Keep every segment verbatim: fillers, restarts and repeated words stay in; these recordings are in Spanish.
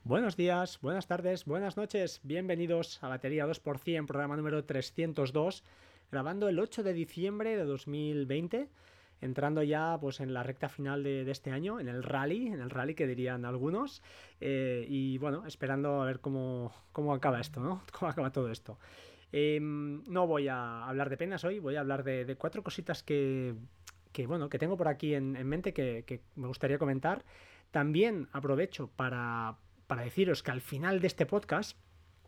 Buenos días, buenas tardes, buenas noches. Bienvenidos a Batería dos por ciento, programa número trescientos dos, grabando el ocho de diciembre de dos mil veinte, entrando ya pues en la recta final de, de este año, en el rally, en el rally que dirían algunos, eh, y bueno, esperando a ver cómo, cómo acaba esto, ¿no? Cómo acaba todo esto. Eh, no voy a hablar de penas hoy, voy a hablar de, de cuatro cositas que, que, bueno, que tengo por aquí en, en mente que, que me gustaría comentar. También aprovecho para, para deciros que al final de este podcast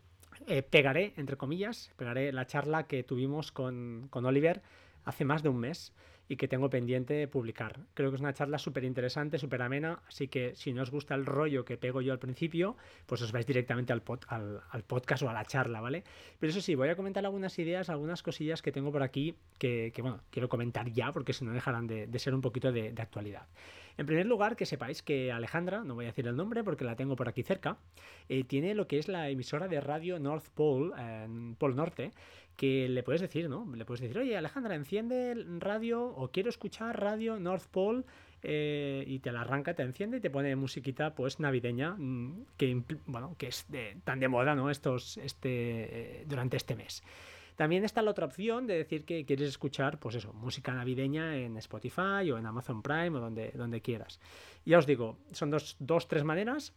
eh, pegaré, entre comillas, pegaré la charla que tuvimos con, con Oliver hace más de un mes y que tengo pendiente publicar. Creo que es una charla súper interesante, súper amena, así que si no os gusta el rollo que pego yo al principio, pues os vais directamente al, pod, al, al podcast o a la charla, ¿vale? Pero eso sí, voy a comentar algunas ideas, algunas cosillas que tengo por aquí que, que bueno, quiero comentar ya porque si no dejarán de, de ser un poquito de, de actualidad. En primer lugar, que sepáis que Alejandra, no voy a decir el nombre porque la tengo por aquí cerca, eh, tiene lo que es la emisora de radio North Pole, eh, en Polo Norte, que le puedes decir, ¿no? Le puedes decir, oye Alejandra, enciende el radio o quiero escuchar radio North Pole, eh, y te la arranca, te enciende y te pone musiquita pues navideña, mmm, que bueno, que es de, tan de moda, ¿no? Estos, este, eh, durante este mes. También está la otra opción de decir que quieres escuchar, pues eso, música navideña en Spotify o en Amazon Prime o donde, donde quieras. Ya os digo, son dos, dos, tres maneras.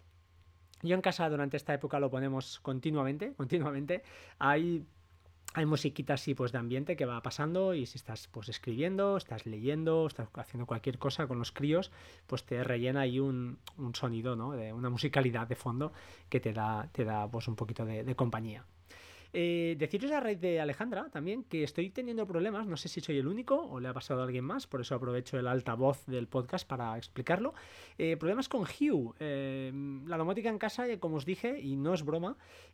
Yo en casa durante esta época lo ponemos continuamente, continuamente. Hay hay musiquita así pues de ambiente que va pasando y si estás pues escribiendo, estás leyendo, estás haciendo cualquier cosa con los críos, pues te rellena ahí un, un sonido, ¿no? De una musicalidad de fondo que te da, te da pues un poquito de, de compañía. Eh, deciros a raíz de Alejandra también que estoy teniendo problemas, no sé si soy el único o le ha pasado a alguien más, por eso aprovecho el altavoz del podcast para explicarlo. Eh, problemas con Hue, eh, la domótica en casa, como os dije, y no es broma,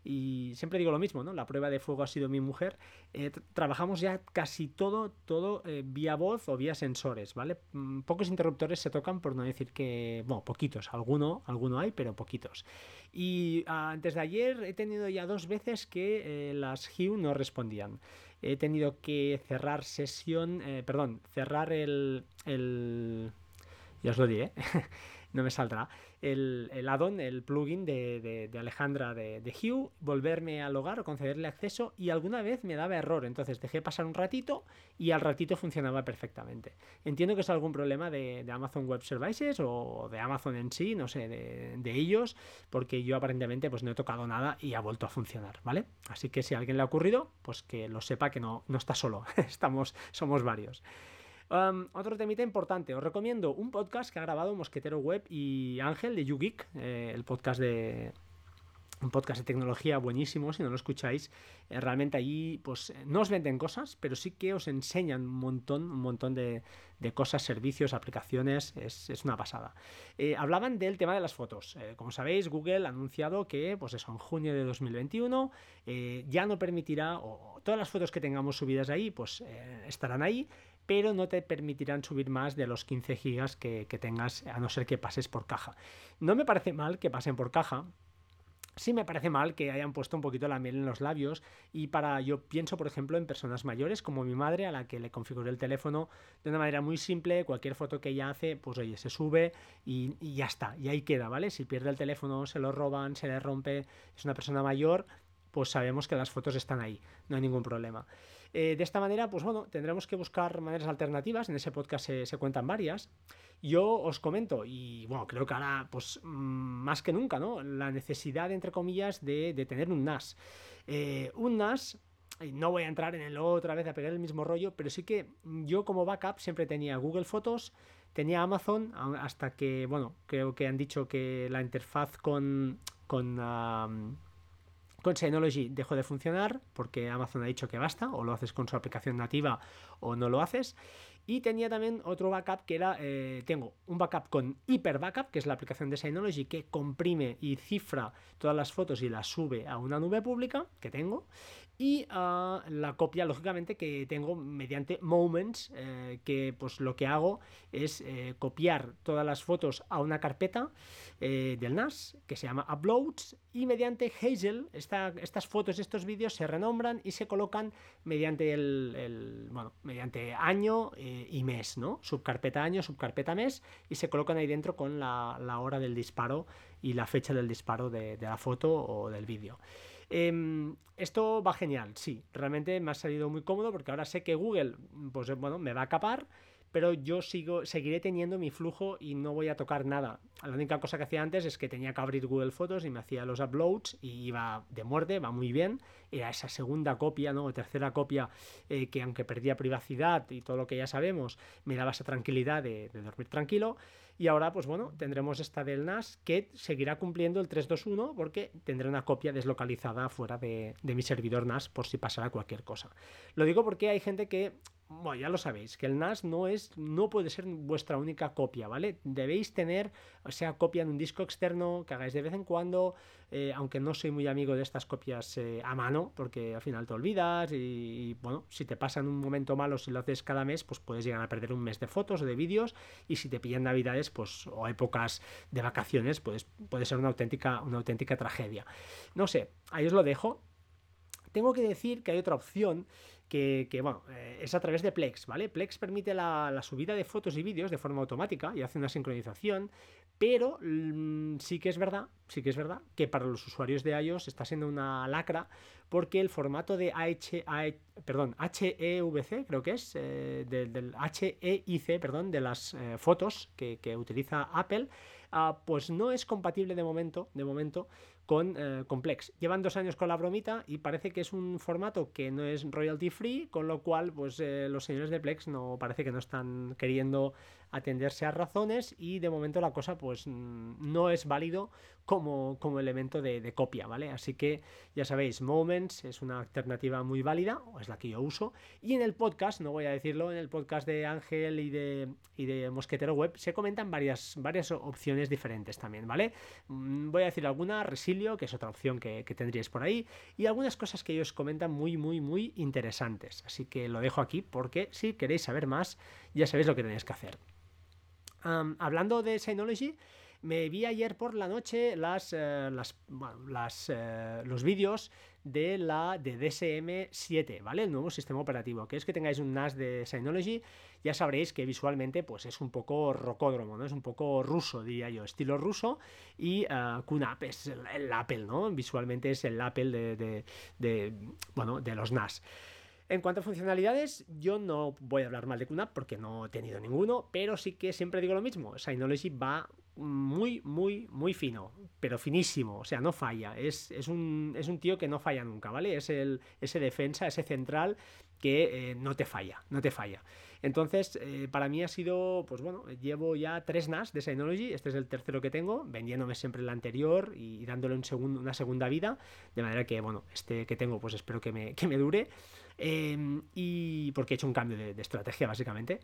y siempre digo lo mismo, ¿no? La prueba de fuego ha sido mi mujer. Eh, trabajamos ya casi todo, todo eh, vía voz o vía sensores, ¿vale? Mm, pocos interruptores se tocan, por no decir que, bueno, poquitos, alguno, alguno hay, pero poquitos. Y ah, antes de ayer he tenido ya dos veces que eh, las Hue no respondían. He tenido que cerrar sesión, eh, perdón, cerrar el, el ya os lo diré, no me saldrá, el, el add-on, el plugin de, de, de Alejandra de, de Hue, volverme al hogar o concederle acceso y alguna vez me daba error, entonces dejé pasar un ratito y al ratito funcionaba perfectamente. Entiendo que es algún problema de, de Amazon Web Services o de Amazon en sí, no sé, de, de ellos, porque yo aparentemente pues no he tocado nada y ha vuelto a funcionar, ¿vale? Así que si a alguien le ha ocurrido, pues que lo sepa que no, no está solo, estamos, somos varios. Um, otro temita importante, os recomiendo un podcast que ha grabado Mosquetero Web y Ángel de YouGeek, eh, el podcast de, un podcast de tecnología buenísimo, si no lo escucháis, eh, realmente allí pues no os venden cosas, pero sí que os enseñan un montón, un montón de, de cosas, servicios, aplicaciones, es, es una pasada. Eh, hablaban del tema de las fotos. Eh, como sabéis, Google ha anunciado que pues eso, en junio de dos mil veintiuno eh, ya no permitirá, o todas las fotos que tengamos subidas ahí, pues eh, estarán ahí, pero no te permitirán subir más de los quince gigas que, que tengas, a no ser que pases por caja. No me parece mal que pasen por caja. Sí me parece mal que hayan puesto un poquito la miel en los labios y para, yo pienso por ejemplo en personas mayores como mi madre a la que le configuré el teléfono de una manera muy simple, cualquier foto que ella hace pues oye se sube y, y ya está, y ahí queda, ¿vale? Si pierde el teléfono, se lo roban, se le rompe, es una persona mayor, pues sabemos que las fotos están ahí, no hay ningún problema. Eh, de esta manera, pues bueno, tendremos que buscar maneras alternativas, en ese podcast se, se cuentan varias. Yo os comento, y bueno, creo que ahora, pues más que nunca, ¿no? La necesidad, entre comillas, de, de tener un N A S. Eh, un N A S no voy a entrar en el otra vez a pegar el mismo rollo, pero sí que yo como backup siempre tenía Google Fotos, tenía Amazon, hasta que, bueno, creo que han dicho que la interfaz con, con um, con Synology dejó de funcionar porque Amazon ha dicho que basta, o lo haces con su aplicación nativa o no lo haces. Y tenía también otro backup que era, eh, tengo un backup con Hyper Backup, que es la aplicación de Synology que comprime y cifra todas las fotos y las sube a una nube pública que tengo. Y uh, la copia, lógicamente, que tengo mediante Moments, eh, que pues lo que hago es eh, copiar todas las fotos a una carpeta eh, del N A S que se llama Uploads y mediante Hazel esta, estas fotos, estos vídeos se renombran y se colocan mediante el, el bueno, mediante año, eh, eh, y mes, ¿no? Subcarpeta año, subcarpeta mes, y se colocan ahí dentro con la, la hora del disparo y la fecha del disparo de, de la foto o del vídeo. Eh, esto va genial, sí, realmente me ha salido muy cómodo porque ahora sé que Google, pues bueno, me va a capar, pero yo sigo, seguiré teniendo mi flujo y no voy a tocar nada. La única cosa que hacía antes es que tenía que abrir Google Fotos y me hacía los uploads y iba de muerte, va muy bien. Era esa segunda copia, ¿no? O tercera copia eh, que aunque perdía privacidad y todo lo que ya sabemos, me daba esa tranquilidad de, de dormir tranquilo. Y ahora, pues bueno, tendremos esta del N A S que seguirá cumpliendo el tres dos uno porque tendré una copia deslocalizada fuera de, de mi servidor N A S por si pasara cualquier cosa. Lo digo porque hay gente que, bueno, ya lo sabéis, que el N A S no es, no puede ser vuestra única copia, ¿vale? Debéis tener, o sea, copia en un disco externo que hagáis de vez en cuando, eh, aunque no soy muy amigo de estas copias eh, a mano, porque al final te olvidas y, y, bueno, si te pasa en un momento malo, si lo haces cada mes, pues puedes llegar a perder un mes de fotos o de vídeos, y si te pillan navidades, pues, o épocas de vacaciones, pues puede ser una auténtica, una auténtica tragedia. No sé, ahí os lo dejo. Tengo que decir que hay otra opción que, que bueno, eh, es a través de Plex, ¿vale? Plex permite la, la subida de fotos y vídeos de forma automática y hace una sincronización, pero mmm, sí que es verdad, sí que es verdad que para los usuarios de iOS está siendo una lacra porque el formato de H, H, perdón, H E V C, creo que es, eh, del, del H E I C, perdón, de las eh, fotos que, que utiliza Apple, uh, pues no es compatible de momento, de momento con, eh, con Plex. Llevan dos años con la bromita y parece que es un formato que no es royalty free, con lo cual pues eh, los señores de Plex no parece que no están queriendo atenderse a razones y de momento la cosa pues no es válido como, como elemento de, de copia, ¿vale? Así que ya sabéis, Moments es una alternativa muy válida, o es la que yo uso, y en el podcast, no voy a decirlo, en el podcast de Ángel y de, y de Mosquetero Web se comentan varias, varias opciones diferentes también, ¿vale? Voy a decir alguna, Resilio, que es otra opción que, que tendríais por ahí, y algunas cosas que ellos comentan muy, muy, muy interesantes, así que lo dejo aquí porque si queréis saber más, ya sabéis lo que tenéis que hacer. Um, hablando de Synology, me vi ayer por la noche las, eh, las, bueno, las eh, los vídeos de la de D S M siete, ¿vale? El nuevo sistema operativo. Que es que tengáis un N A S de Synology, ya sabréis que visualmente pues es un poco rocódromo, ¿no? Es un poco ruso, diría yo, estilo ruso, y uh, Q NAP es el, el Apple, ¿no? Visualmente es el Apple de, de, de, bueno, de los N A S. En cuanto a funcionalidades, yo no voy a hablar mal de Q NAP porque no he tenido ninguno, pero sí que siempre digo lo mismo, Synology va muy, muy, muy fino, pero finísimo, o sea, no falla, es, es, un, es un tío que no falla nunca, ¿vale? Es el, ese defensa, ese central que eh, no te falla, no te falla. Entonces, eh, para mí ha sido, pues bueno, llevo ya tres N A S de Synology, este es el tercero que tengo, vendiéndome siempre el anterior y dándole un segundo, una segunda vida, de manera que, bueno, este que tengo, pues espero que me, que me dure. Eh, y porque he hecho un cambio de, de estrategia básicamente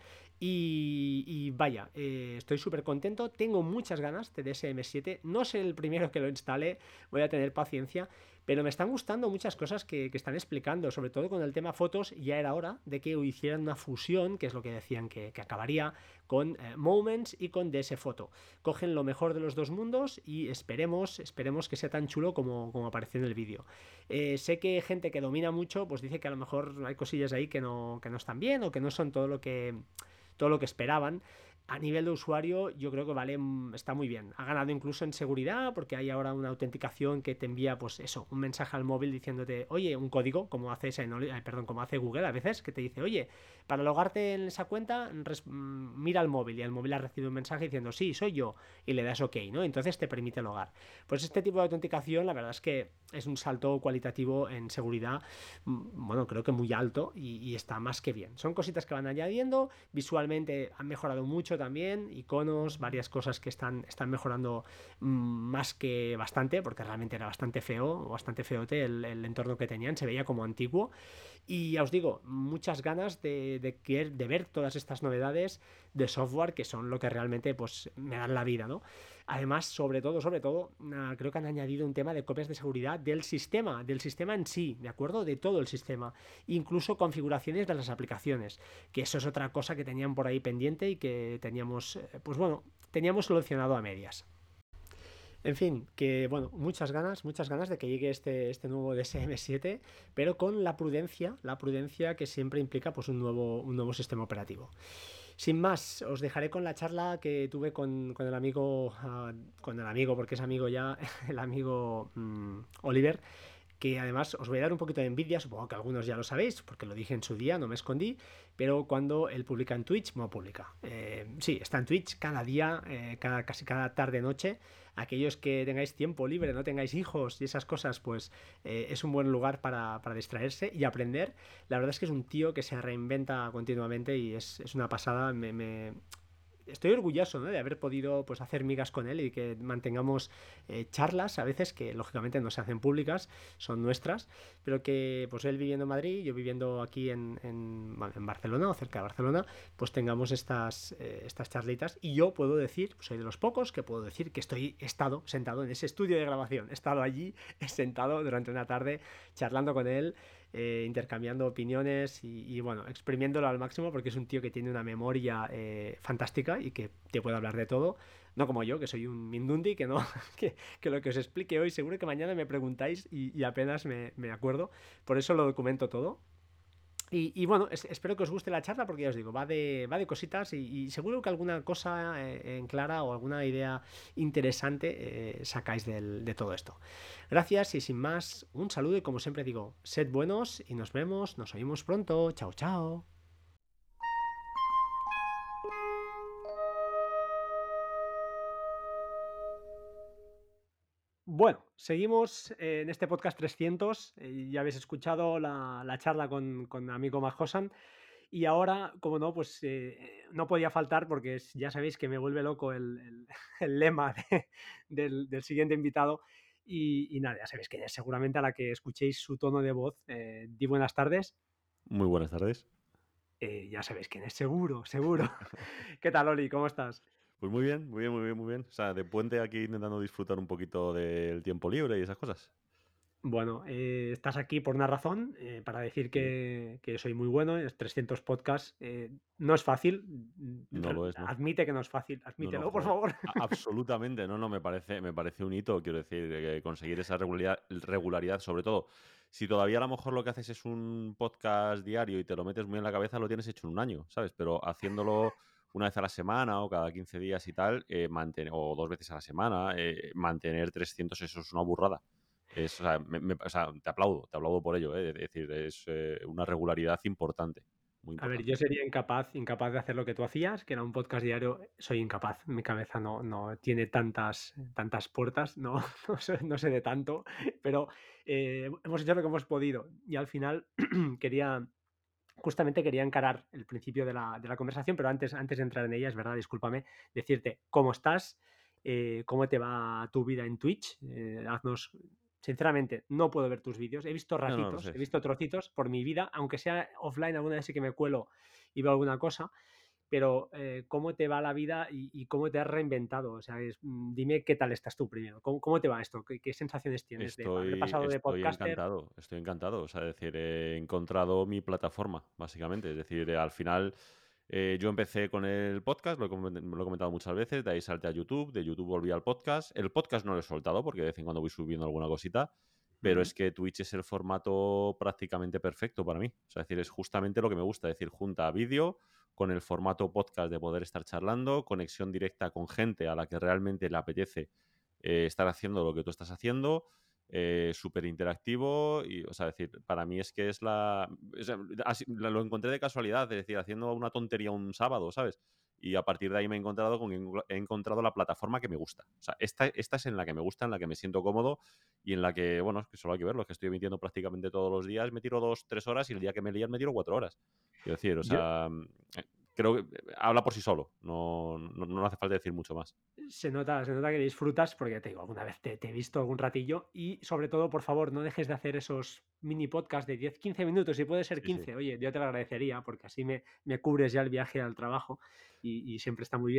y, y vaya, eh, estoy súper contento, tengo muchas ganas de D S M siete, no sé el primero que lo instale, voy a tener paciencia, pero me están gustando muchas cosas que, que están explicando, sobre todo con el tema fotos. Ya era hora de que hicieran una fusión, que es lo que decían que, que acabaría con eh, Moments y con D S Photo. Cogen lo mejor de los dos mundos y esperemos, esperemos que sea tan chulo como, como apareció en el vídeo. Eh, sé que gente que domina mucho pues dice que a lo mejor hay cosillas ahí que no, que no están bien o que no son todo lo que, todo lo que esperaban. A nivel de usuario yo creo que vale, está muy bien, ha ganado incluso en seguridad porque hay ahora una autenticación que te envía pues eso, un mensaje al móvil diciéndote, oye, un código como hace, perdón, como hace Google a veces, que te dice, oye, para logarte en esa cuenta mira al móvil, y el móvil ha recibido un mensaje diciendo, sí, soy yo, y le das ok, ¿no? Entonces te permite logar. Pues este tipo de autenticación la verdad es que es un salto cualitativo en seguridad, bueno, creo que muy alto, y, y está más que bien. Son cositas que van añadiendo, visualmente han mejorado mucho también, iconos, varias cosas que están, están mejorando mmm, más que bastante, porque realmente era bastante feo, bastante feote el, el entorno que tenían, se veía como antiguo. Y ya os digo, muchas ganas de, de, de, de ver todas estas novedades de software que son lo que realmente pues me dan la vida, ¿no? Además, sobre todo, sobre todo, uh, creo que han añadido un tema de copias de seguridad del sistema, del sistema en sí, ¿de acuerdo? De todo el sistema, incluso configuraciones de las aplicaciones, que eso es otra cosa que tenían por ahí pendiente y que teníamos, eh, pues bueno, teníamos solucionado a medias. En fin, que bueno, muchas ganas, muchas ganas de que llegue este, este nuevo D S M siete, pero con la prudencia, la prudencia que siempre implica pues un nuevo, un nuevo sistema operativo. Sin más, os dejaré con la charla que tuve con, con el amigo, uh, con el amigo, porque es amigo ya, el amigo um, Oliver, que además os voy a dar un poquito de envidia, supongo que algunos ya lo sabéis, porque lo dije en su día, no me escondí, pero cuando él publica en Twitch, no publica. Eh, sí, está en Twitch cada día, eh, cada, casi cada tarde-noche. Aquellos que tengáis tiempo libre, no tengáis hijos y esas cosas, pues eh, es un buen lugar para, para, distraerse y aprender. La verdad es que es un tío que se reinventa continuamente y es, es una pasada. Me, me, estoy orgulloso, ¿no?, de haber podido pues hacer migas con él y que mantengamos eh, charlas a veces que lógicamente no se hacen públicas, son nuestras, pero que pues él viviendo en Madrid, yo viviendo aquí en, en, en Barcelona o cerca de Barcelona, pues tengamos estas, eh, estas charlitas y yo puedo decir, soy de los pocos que puedo decir que estoy he estado sentado en ese estudio de grabación, he estado allí, he sentado durante una tarde charlando con él, eh, intercambiando opiniones y, y, bueno, exprimiéndolo al máximo porque es un tío que tiene una memoria eh, fantástica y que te puede hablar de todo, no como yo, que soy un mindundi, que no que, que lo que os explique hoy seguro que mañana me preguntáis y, y apenas me, me acuerdo, por eso lo documento todo. Y, y bueno, es, espero que os guste la charla porque ya os digo, va de, va de cositas y, y seguro que alguna cosa eh, en clara o alguna idea interesante eh, sacáis del, de todo esto. Gracias y sin más, un saludo y como siempre digo, sed buenos y nos vemos, nos oímos pronto. Chao, chao. Bueno, seguimos en este podcast trescientos. Eh, ya habéis escuchado la, la charla con, con mi amigo Majosan. Y ahora, como no, pues eh, no podía faltar porque es, ya sabéis que me vuelve loco el, el, el lema de, del, del, siguiente invitado. Y, y, nada, ya sabéis que seguramente a la que escuchéis su tono de voz, eh, di buenas tardes. Muy buenas tardes. Eh, ya sabéis quién es, seguro, seguro. ¿Qué tal, Oli? ¿Cómo estás? Pues muy bien, muy bien, muy bien, muy bien. O sea, de puente aquí intentando disfrutar un poquito del tiempo libre y esas cosas. Bueno, eh, estás aquí por una razón, eh, para decir Sí. que, que soy muy bueno, es trescientos podcasts, eh, no es fácil, No lo es, ¿no? admite que no es fácil, No, no, admítelo, por joder. favor. A- absolutamente, no, no, me parece, me parece un hito, quiero decir, eh, conseguir esa regularidad, regularidad, sobre todo, si todavía a lo mejor lo que haces es un podcast diario y te lo metes muy en la cabeza, lo tienes hecho en un año, ¿sabes? Pero haciéndolo una vez a la semana o cada quince días y tal, eh, mantener, o dos veces a la semana, eh, mantener trescientos, eso es una burrada. Es, o sea, me- me- o sea, te aplaudo, te aplaudo por ello, ¿eh? Es decir, es eh, una regularidad importante, muy A ver, importante. yo sería incapaz, incapaz de hacer lo que tú hacías, que era un podcast diario, soy incapaz, mi cabeza no, no tiene tantas, tantas puertas, no, no, sé, no sé de tanto, pero eh, hemos hecho lo que hemos podido y al final quería, justamente quería encarar el principio de la, de la conversación, pero antes, antes de entrar en ella, es verdad, discúlpame, decirte cómo estás, eh, cómo te va tu vida en Twitch, eh, haznos, sinceramente, no puedo ver tus vídeos, he visto No, no, lo ratitos, sé, he sí. visto trocitos por mi vida, aunque sea offline, alguna vez sí que me cuelo y veo alguna cosa, pero eh, cómo te va la vida y, y, cómo te has reinventado, o sea, es, mm, dime qué tal estás tú primero, cómo, cómo te va esto, ¿Qué, qué sensaciones tienes de haber Estoy, pasado de estoy podcaster? encantado, estoy encantado. O sea, es decir, he encontrado mi plataforma, básicamente. Es decir, eh, al final eh, yo empecé con el podcast, lo he, coment- lo he comentado muchas veces, de ahí salté a YouTube, de YouTube volví al podcast. El podcast no lo he soltado porque de vez en cuando voy subiendo alguna cosita, pero Mm. es que Twitch es el formato prácticamente perfecto para mí. O sea, es decir, es justamente lo que me gusta, es decir, junta vídeo con el formato podcast de poder estar charlando, conexión directa con gente a la que realmente le apetece eh, estar haciendo lo que tú estás haciendo, eh, súper interactivo y, o sea, decir, para mí es que es la, es, así, lo encontré de casualidad, es decir, haciendo una tontería un sábado, ¿sabes? Y a partir de ahí me he encontrado con he encontrado la plataforma que me gusta. O sea, esta, esta es en la que me gusta, en la que me siento cómodo y en la que, bueno, es que solo hay que verlo, es que estoy emitiendo prácticamente todos los días, me tiro dos, tres horas y el día que me lían me tiro cuatro horas. Quiero decir, o Yo, sea, creo que habla por sí solo, no, no, no hace falta decir mucho más. Se nota, se nota que disfrutas porque te digo, alguna vez te, te he visto algún ratillo y sobre todo, por favor, no dejes de hacer esos mini podcasts de diez quince minutos, si puede ser Sí, sí. quince, oye, yo te lo agradecería porque así me, me cubres ya el viaje al trabajo y, y siempre está muy bien.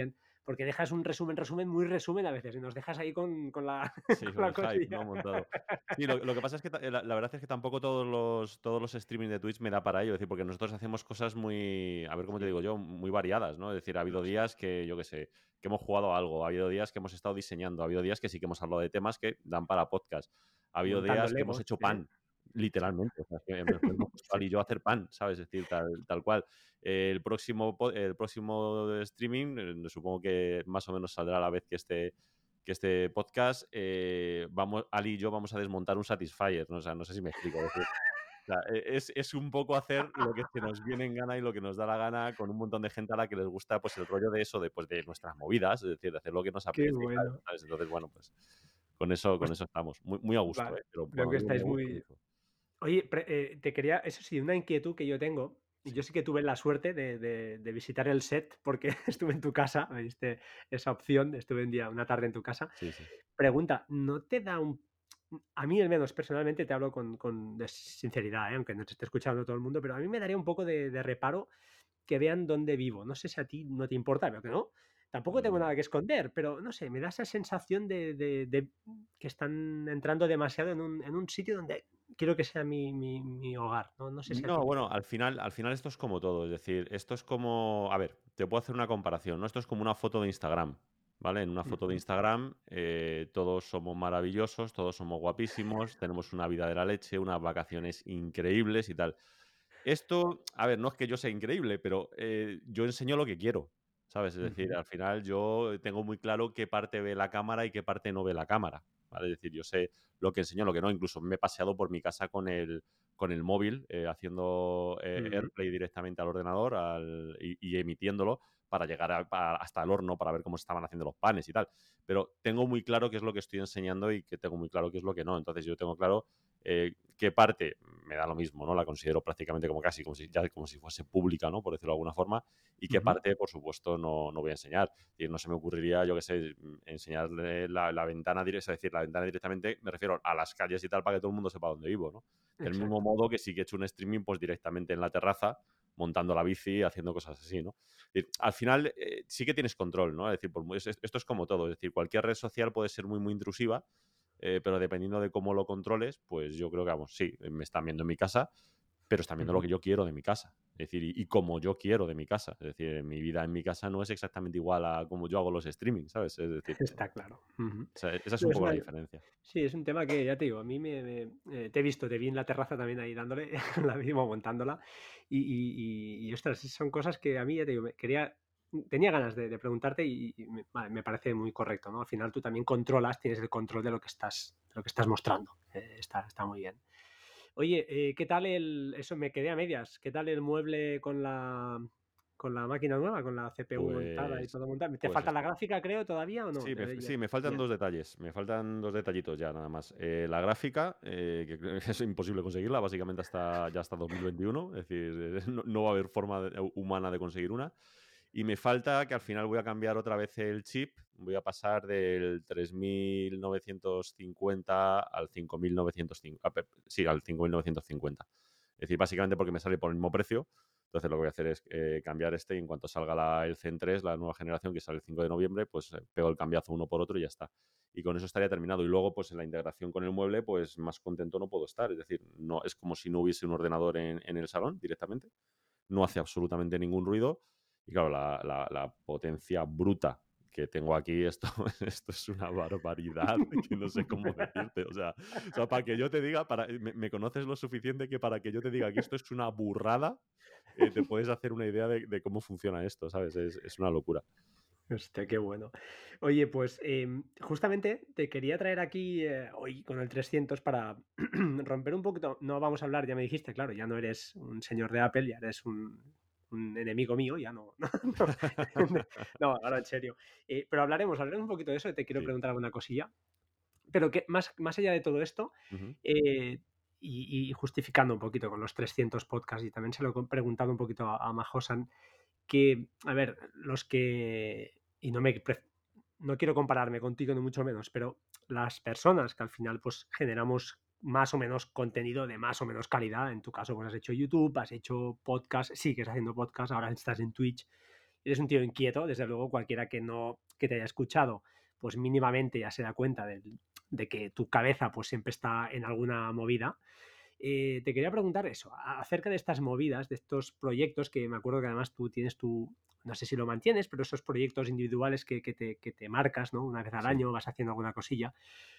porque dejas un resumen, resumen, muy resumen a veces y nos dejas ahí con, con la, Sí, con con la el hype, cosilla. ¿no? Montado. Sí, lo, lo que pasa es que ta- eh, la, la verdad es que tampoco todos los, todos los streaming de Twitch me da para ello, es decir, porque nosotros hacemos cosas muy, a ver cómo te digo Sí, yo, muy variadas, ¿no? Es decir, ha habido lo sé. días que, yo qué sé, que hemos jugado a algo, ha habido días que hemos estado diseñando, ha habido días que sí que hemos hablado de temas que dan para podcast, ha habido Montando días que hemos Legos, hecho ¿eh? pan, Exacto. literalmente, o sea, que nos hemos puesto Sí. Ali y yo a hacer pan, ¿sabes? Es decir, tal, tal cual. Eh, el próximo, po- el próximo streaming, eh, supongo que más o menos saldrá a la vez que este que este podcast, eh, vamos, Ali y yo vamos a desmontar un Satisfyer, ¿no? O sea, no sé si me explico. Es, decir, o sea, e- es, es un poco hacer lo que se nos viene en gana y lo que nos da la gana con un montón de gente a la que les gusta pues el rollo de eso, de, pues, de nuestras movidas, es decir, de hacer lo que nos Qué apetece y tal, bueno. ¿sabes? Entonces, bueno, pues con eso, con Pues eso estamos. Muy, muy a gusto, vale, ¿eh? Pero veo cuando que digo muy estáis a gusto, muy... mucho. Oye, pre- eh, te quería, eso sí, una inquietud que yo tengo. Sí, Yo sí que tuve la suerte de, de- de visitar el set porque estuve en tu casa, me diste esa opción, estuve un día, una tarde en tu casa. sí, sí. Pregunta, ¿no te da un... A mí al menos personalmente te hablo con, con de sinceridad, ¿eh? Aunque no te esté escuchando todo el mundo, pero a mí me daría un poco de, de reparo que vean dónde vivo. No sé si a ti no te importa, pero que no. Tampoco tengo Mm, nada que esconder, pero no sé, me da esa sensación de, de- de que están entrando demasiado en un, en un sitio donde quiero que sea mi, mi- mi hogar. ¿No? No sé si a ti No, te... bueno, al final, al final esto es como todo, es decir, esto es como, a ver, te puedo hacer una comparación, ¿no? Esto es como una foto de Instagram, ¿vale? En una foto de Ujú, Instagram eh, todos somos maravillosos, todos somos guapísimos, tenemos una vida de la leche, unas vacaciones increíbles y tal. Esto, a ver, no es que yo sea increíble, pero eh, yo enseño lo que quiero, ¿sabes? Es decir, ujú, al final yo tengo muy claro qué parte ve la cámara y qué parte no ve la cámara, ¿vale? Es decir, yo sé lo que enseño, lo que no. Incluso me he paseado por mi casa con el, con el móvil, eh, haciendo eh, ujú. AirPlay directamente al ordenador al- y, y emitiéndolo para llegar a- pa- hasta el horno para ver cómo se estaban haciendo los panes y tal. Pero tengo muy claro qué es lo que estoy enseñando y que tengo muy claro qué es lo que no. Entonces yo tengo claro eh, qué parte me da lo mismo, ¿no? La considero prácticamente como casi como si, ya como si fuese pública, ¿no? Por decirlo de alguna forma, y qué Ujú. parte, por supuesto, no, no voy a enseñar. Es decir, no se me ocurriría, yo qué sé, enseñarle la, la ventana directa, es decir, la ventana directamente, me refiero a las calles y tal, para que todo el mundo sepa dónde vivo, ¿no? Del mismo Exacto. modo que sí que he hecho un streaming, pues directamente en la terraza, montando la bici, haciendo cosas así, ¿no? Es decir, al final eh, sí que tienes control, ¿no? Es decir, por muy- es- esto es como todo, es decir, cualquier red social puede ser muy, muy intrusiva, eh, pero dependiendo de cómo lo controles, pues yo creo que, vamos, sí, me están viendo en mi casa, pero están viendo lo Ujú. que yo quiero de mi casa. Es decir, y, y como yo quiero de mi casa. Es decir, mi vida en mi casa no es exactamente igual a como yo hago los streamings, ¿sabes? Es decir, Está claro. Ujú. esa, esa es No, un es poco la una- diferencia. Sí, es un tema que ya te digo, a mí me, me- eh, te he visto, te vi en la terraza también ahí dándole, la misma montándola. Y, y, y, y, ostras, son cosas que a mí ya te digo, me quería, tenía ganas de, de preguntarte y, y me, vale, me parece muy correcto, ¿no? Al final tú también controlas, tienes el control de lo que estás, de lo que estás mostrando. Eh, está, está muy bien. Oye, eh, ¿qué tal el, eso me quedé a medias, ¿qué tal el mueble con la, con la máquina nueva, con la C P U montada y Pues, todo montado? ¿Te pues falta es- la gráfica, creo, todavía o no? sí, me, Te- ya- sí, me faltan Bien. dos detalles. Me faltan dos detallitos ya, nada más. Eh, la gráfica, eh, que creo que es imposible conseguirla, básicamente hasta ya hasta dos mil veintiuno. Es decir, eh, no, no va a haber forma de- humana de conseguir una. Y me falta que al final voy a cambiar otra vez el chip. Voy a pasar del tres mil novecientos cincuenta al cinco mil novecientos cincuenta. ah, pe- Sí, al cinco mil novecientos cincuenta. Es decir, básicamente porque me sale por el mismo precio. Entonces lo que voy a hacer es eh, cambiar este y en cuanto salga la- el Zen tres, la nueva generación que sale el cinco de noviembre, pues eh, pego el cambiazo uno por otro y ya está. Y con eso estaría terminado. Y luego, pues en la integración con el mueble, pues más contento no puedo estar. Es decir, no, es como si no hubiese un ordenador en, en el salón directamente. No hace absolutamente ningún ruido. Y claro, la, la- la potencia bruta que tengo aquí, esto, esto es una barbaridad que no sé cómo decirte. O sea, o sea, para que yo te diga, para, me, me conoces lo suficiente que para que yo te diga que esto es una burrada, eh, te puedes hacer una idea de, de cómo funciona esto, ¿sabes? Es, es una locura. Hostia, qué bueno. Oye, pues em, justamente te quería traer aquí eh, hoy con el trescientos para romper un poquito. No vamos a hablar, ya me dijiste, claro, ya no eres un señor de Apple, ya eres un, un enemigo mío, ya no. No, no, no, ahora en serio. Eh, pero hablaremos, hablaremos un poquito de eso. Te quiero Sí. preguntar alguna cosilla. Pero que más, más allá de todo esto, Ujú. eh, y, y justificando un poquito con los trescientos podcasts, y también se lo he preguntado un poquito a, a Majosan, que, a ver, los que, y no me pre- no quiero compararme contigo ni mucho menos, pero las personas que al final pues generamos más o menos contenido de más o menos calidad, en tu caso pues has hecho YouTube, has hecho podcast, sigues haciendo podcast, ahora estás en Twitch, eres un tío inquieto, desde luego cualquiera que no que te haya escuchado, pues mínimamente ya se da cuenta de, de que tu cabeza pues siempre está en alguna movida. Eh, te quería preguntar eso, acerca de estas movidas, de estos proyectos que me acuerdo que además tú tienes tu, no sé si lo mantienes, pero esos proyectos individuales que, que, te, que te marcas, ¿no? Una vez al Sí. año vas haciendo alguna cosilla.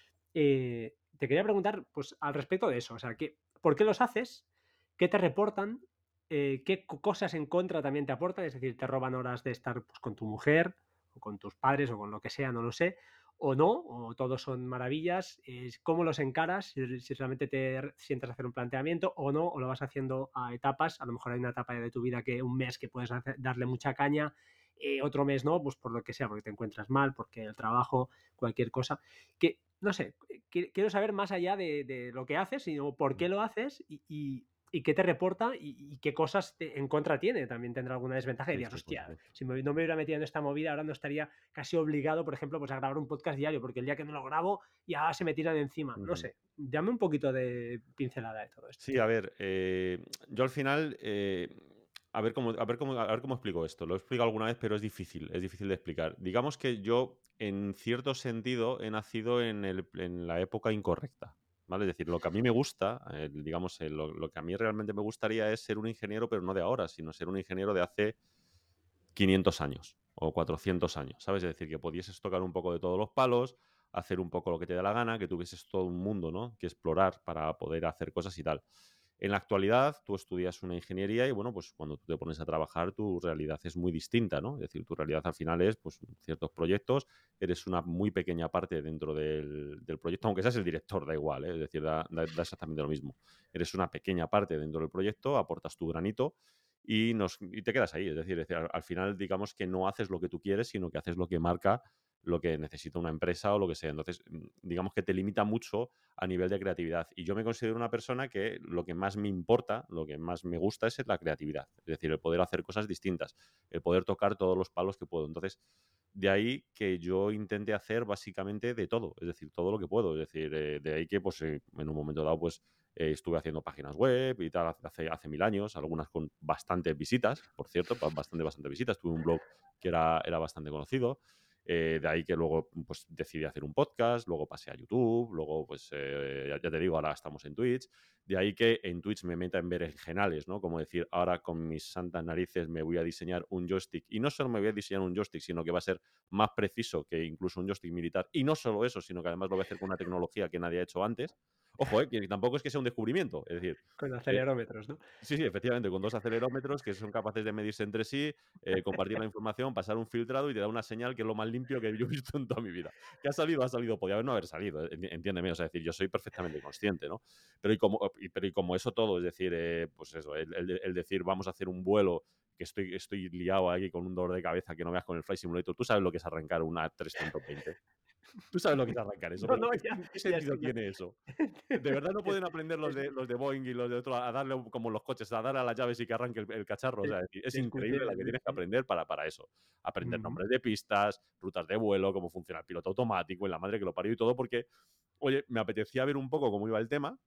Eh, te quería preguntar, pues, al respecto de eso, o sea, ¿qué, ¿por qué los haces? ¿Qué te reportan? Eh, ¿Qué co- cosas en contra también te aportan? Es decir, ¿te roban horas de estar pues, con tu mujer o con tus padres o con lo que sea, no lo sé? ¿O no? ¿O todos son maravillas? Eh, ¿Cómo los encaras? Si, si realmente te re- sientas a hacer un planteamiento o no, o lo vas haciendo a etapas. A lo mejor hay una etapa de tu vida que un mes que puedes hacer- darle mucha caña, eh, otro mes no, pues por lo que sea, porque te encuentras mal, porque el trabajo, cualquier cosa. Que, no sé, qui- quiero saber más allá de, de lo que haces, sino por qué lo haces y, y- y qué te reporta y, y qué cosas te- en contra tiene. También tendrá alguna desventaja y Sí, dirías, sí, por hostia, supuesto. si me- no me hubiera metido en esta movida, ahora no estaría casi obligado, por ejemplo, pues a grabar un podcast diario, porque el día que no lo grabo ya se me tiran encima. No Ujú. sé, dame un poquito de pincelada de todo esto. Sí, a ver, eh, yo al final, eh, a ver cómo, a ver cómo, a ver cómo explico esto. Lo he explicado alguna vez, pero es difícil, es difícil de explicar. Digamos que yo, en cierto sentido, he nacido en, el- en la época incorrecta, ¿vale? Es decir, lo que a mí me gusta, eh, digamos, eh, lo, lo que a mí realmente me gustaría es ser un ingeniero, pero no de ahora, sino ser un ingeniero de hace quinientos años o cuatrocientos años, ¿sabes? Es decir, que pudieses tocar un poco de todos los palos, hacer un poco lo que te dé la gana, que tuvieses todo un mundo, ¿no? Que explorar para poder hacer cosas y tal. En la actualidad, tú estudias una ingeniería y, bueno, pues cuando tú te pones a trabajar, tu realidad es muy distinta, ¿no? Es decir, tu realidad al final es, pues, ciertos proyectos, eres una muy pequeña parte dentro del, del proyecto, aunque seas el director, da igual, ¿eh? Es decir, da, da- da exactamente lo mismo. Eres una pequeña parte dentro del proyecto, aportas tu granito y, nos, y te quedas ahí. Es decir, es decir, al, al final, digamos que no haces lo que tú quieres, sino que haces lo que marca lo que necesita una empresa o lo que sea. Entonces, mm, digamos que te limita mucho a nivel de creatividad. Y yo me considero una persona que lo que más me importa, lo que más me gusta es la creatividad. Es decir, el poder hacer cosas distintas, el poder tocar todos los palos que puedo. Entonces, de ahí que yo intente hacer básicamente de todo, es decir, todo lo que puedo. Es decir, eh, de ahí que pues, eh, en un momento dado pues, eh, estuve haciendo páginas web y tal hace, hace mil años, algunas con bastantes visitas, por cierto, ba- bastante, bastante visitas. Tuve un blog que era, era bastante conocido. Eh, de ahí que luego pues, decidí hacer un podcast, luego pasé a YouTube, luego, pues, eh, ya, ya te digo, ahora estamos en Twitch. De ahí que en Twitch me meta en berenjenales, ¿no? Como decir, ahora con mis santas narices me voy a diseñar un joystick. Y no solo me voy a diseñar un joystick, sino que va a ser más preciso que incluso un joystick militar. Y no solo eso, sino que además lo voy a hacer con una tecnología que nadie ha hecho antes. Ojo, eh, que tampoco es que sea un descubrimiento. Es decir, Con eh, acelerómetros, ¿no? sí, sí, efectivamente, con dos acelerómetros que son capaces de medirse entre sí, eh, compartir la información, pasar un filtrado y te da una señal que es lo más limpio que yo he visto en toda mi vida. ¿Que ha salido? Ha salido, podía haber no haber salido, eh, enti- entiéndeme, o sea, es decir, yo soy perfectamente consciente, ¿no? Pero y como, y, pero y como eso todo, es decir, eh, pues eso, el, el- el decir vamos a hacer un vuelo que estoy, estoy liado aquí con un dolor de cabeza que no veas con el Flight Simulator, tú sabes lo que es arrancar una trescientos veinte. Tú sabes lo que es arrancar eso. No, ¿Qué, no, qué ya, sen- qué ya sentido estoy. Ya tiene eso? ¿De verdad no es, pueden aprender los es, de, los de Boeing y los de otros a darle como los coches, a darle a las llaves y que arranque el, el cacharro? O es, sea, es, es increíble la discutible, que sí, tienes que sí. aprender para, para eso. Aprender Ujú, nombres de pistas, rutas de vuelo, cómo funciona el piloto automático, en la madre que lo parió y todo, porque, oye, me apetecía ver un poco cómo iba el tema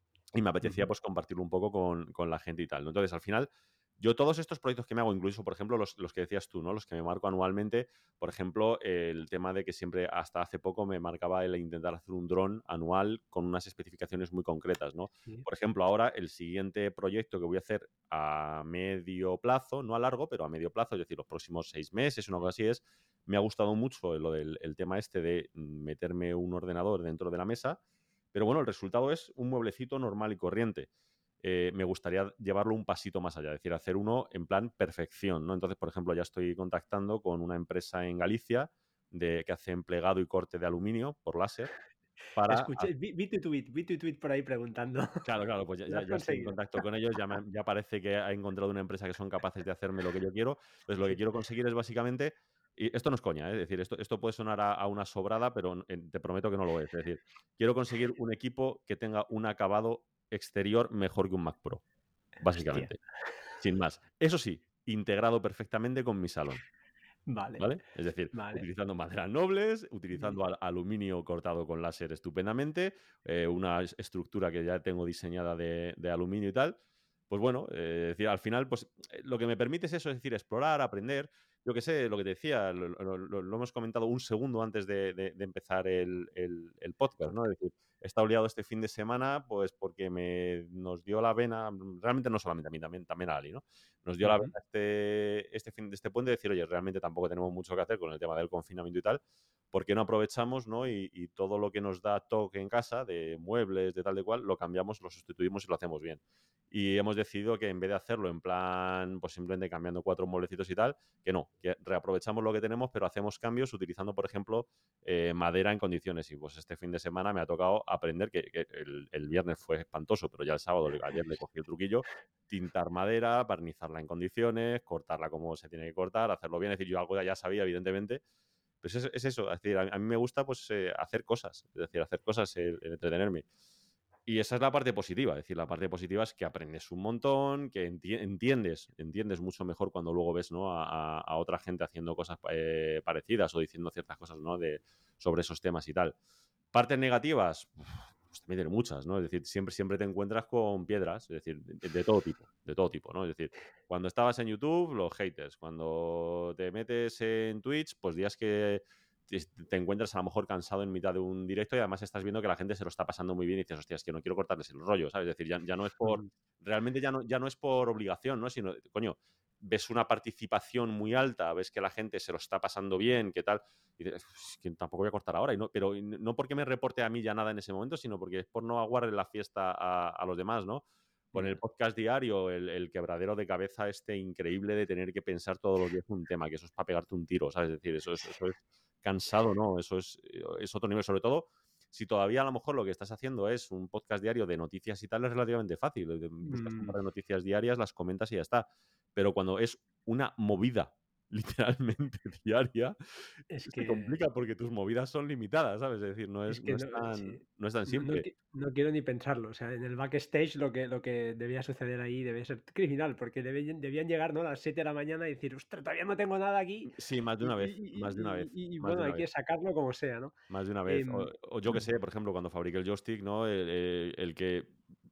y me apetecía ujú. pues compartirlo un poco con, con la gente y tal, ¿no? Entonces, al final, yo todos estos proyectos que me hago, incluso, por ejemplo, los, los que decías tú, ¿no? Los que me marco anualmente, por ejemplo, el tema de que siempre, hasta hace poco, me marcaba el intentar hacer un dron anual con unas especificaciones muy concretas, ¿no? Sí. Por ejemplo, ahora el siguiente proyecto que voy a hacer a medio plazo, no a largo, pero a medio plazo, es decir, los próximos seis meses, una cosa así es, me ha gustado mucho lo del el tema este de meterme un ordenador dentro de la mesa, pero bueno, el resultado es un mueblecito normal y corriente. Eh, me gustaría llevarlo un pasito más allá, es decir, hacer uno en plan perfección, ¿no? Entonces, por ejemplo, ya estoy contactando con una empresa en Galicia de, que hace plegado y corte de aluminio por láser para... Escuché, vi, vi tu tweet, vi tu tweet por ahí preguntando. Claro, claro, pues ya, Lo ya, has ya estoy en conseguido. contacto con ellos, ya, me han- ya parece que ha encontrado una empresa que son capaces de hacerme lo que yo quiero. Entonces, lo que Sí. quiero conseguir es básicamente, y esto no es coña, ¿eh? Es decir, esto, esto puede sonar a, a una sobrada, pero eh, te prometo que no lo es. Es decir, quiero conseguir un equipo que tenga un acabado exterior mejor que un Mac Pro, Hostia. básicamente, sin más. Eso sí, integrado perfectamente con mi salón. Vale, ¿Vale? Es decir, vale. utilizando maderas nobles, Ujú. utilizando al- aluminio cortado con láser estupendamente, eh, una es- estructura que ya tengo diseñada de, de aluminio y tal. Pues bueno, eh, es decir, al final, pues eh, lo que me permite es eso, es decir, explorar, aprender. yo qué sé, lo que te decía, lo, lo- lo- lo hemos comentado un segundo antes de, de- de empezar el, el- el podcast, ¿no? Es decir, he estado liado este fin de semana, pues porque me, nos dio la vena, realmente no solamente a mí, también, también a Ali, ¿no? Nos dio la vena Ujú. este, este fin de este puente de decir, oye, realmente tampoco tenemos mucho que hacer con el tema del confinamiento y tal, ¿por qué no aprovechamos, ¿no? Y, y todo lo que nos da toque en casa, de muebles, de tal de cual, lo cambiamos, lo sustituimos y lo hacemos bien. Y hemos decidido que en vez de hacerlo en plan, pues simplemente cambiando cuatro mueblecitos y tal, que no, que reaprovechamos lo que tenemos, pero hacemos cambios utilizando, por ejemplo, eh, madera en condiciones. Y pues este fin de semana me ha tocado aprender, que, que el, el viernes fue espantoso, pero ya el sábado, ayer le cogí el truquillo, tintar madera, barnizarla en condiciones, cortarla como se tiene que cortar, hacerlo bien. Es decir, yo algo ya sabía, evidentemente, pues es, es eso, es decir, a, a mí me gusta pues eh, hacer cosas, es decir, hacer cosas, el, el entretenerme. Y esa es la parte positiva, es decir, la parte positiva es que aprendes un montón, que enti- entiendes, entiendes mucho mejor cuando luego ves, ¿no? a, a- a otra gente haciendo cosas eh, parecidas o diciendo ciertas cosas, ¿no? de, sobre esos temas y tal. Partes negativas, uf, pues también tiene muchas, ¿no? Es decir, siempre, siempre te encuentras con piedras, es decir, de, de todo tipo, de todo tipo, ¿no? Es decir, cuando estabas en YouTube, los haters. Cuando te metes en Twitch, pues días que te te encuentras a lo mejor cansado en mitad de un directo y además estás viendo que la gente se lo está pasando muy bien y dices, hostia, es que no quiero cortarles el rollo, ¿sabes? Es decir, ya, ya no es por, Mm. realmente ya no, ya no es por obligación, ¿no? Sino, coño, ves una participación muy alta, ves que la gente se lo está pasando bien, qué tal, y dices, "Es que tampoco voy a cortar ahora", y no, pero no porque me reporte a mí ya nada en ese momento, sino porque es por no aguarle la fiesta a, a los demás, ¿no? Con el Ya. podcast diario, el, el quebradero de cabeza este increíble de tener que pensar todos los días un tema, que eso es para pegarte un tiro, ¿sabes? Es decir, eso es, eso es cansado, ¿no? Eso es, es otro nivel, sobre todo si todavía a lo mejor lo que estás haciendo es un podcast diario de noticias y tal, es relativamente fácil. Buscas un Mm, par de noticias diarias, las comentas y ya está. Pero cuando es una movida literalmente diaria, es se que complica porque tus movidas son limitadas, ¿sabes? Es decir, no es es, no que no, es sí, tan, no es tan no no simple. qui no quiero ni pensarlo. O sea, en el backstage lo que lo que debía suceder ahí debía ser criminal, porque debían debían llegar, ¿no?, a las siete de la mañana y decir: "Ostras, todavía no tengo nada aquí", Sí, más de y una y vez, más de una y vez, y y más de bueno, una hay vez. que sacarlo como sea, ¿no? Más de una vez. O, Em, o yo que sé, por ejemplo, cuando fabriqué el joystick, ¿no? El, el- el que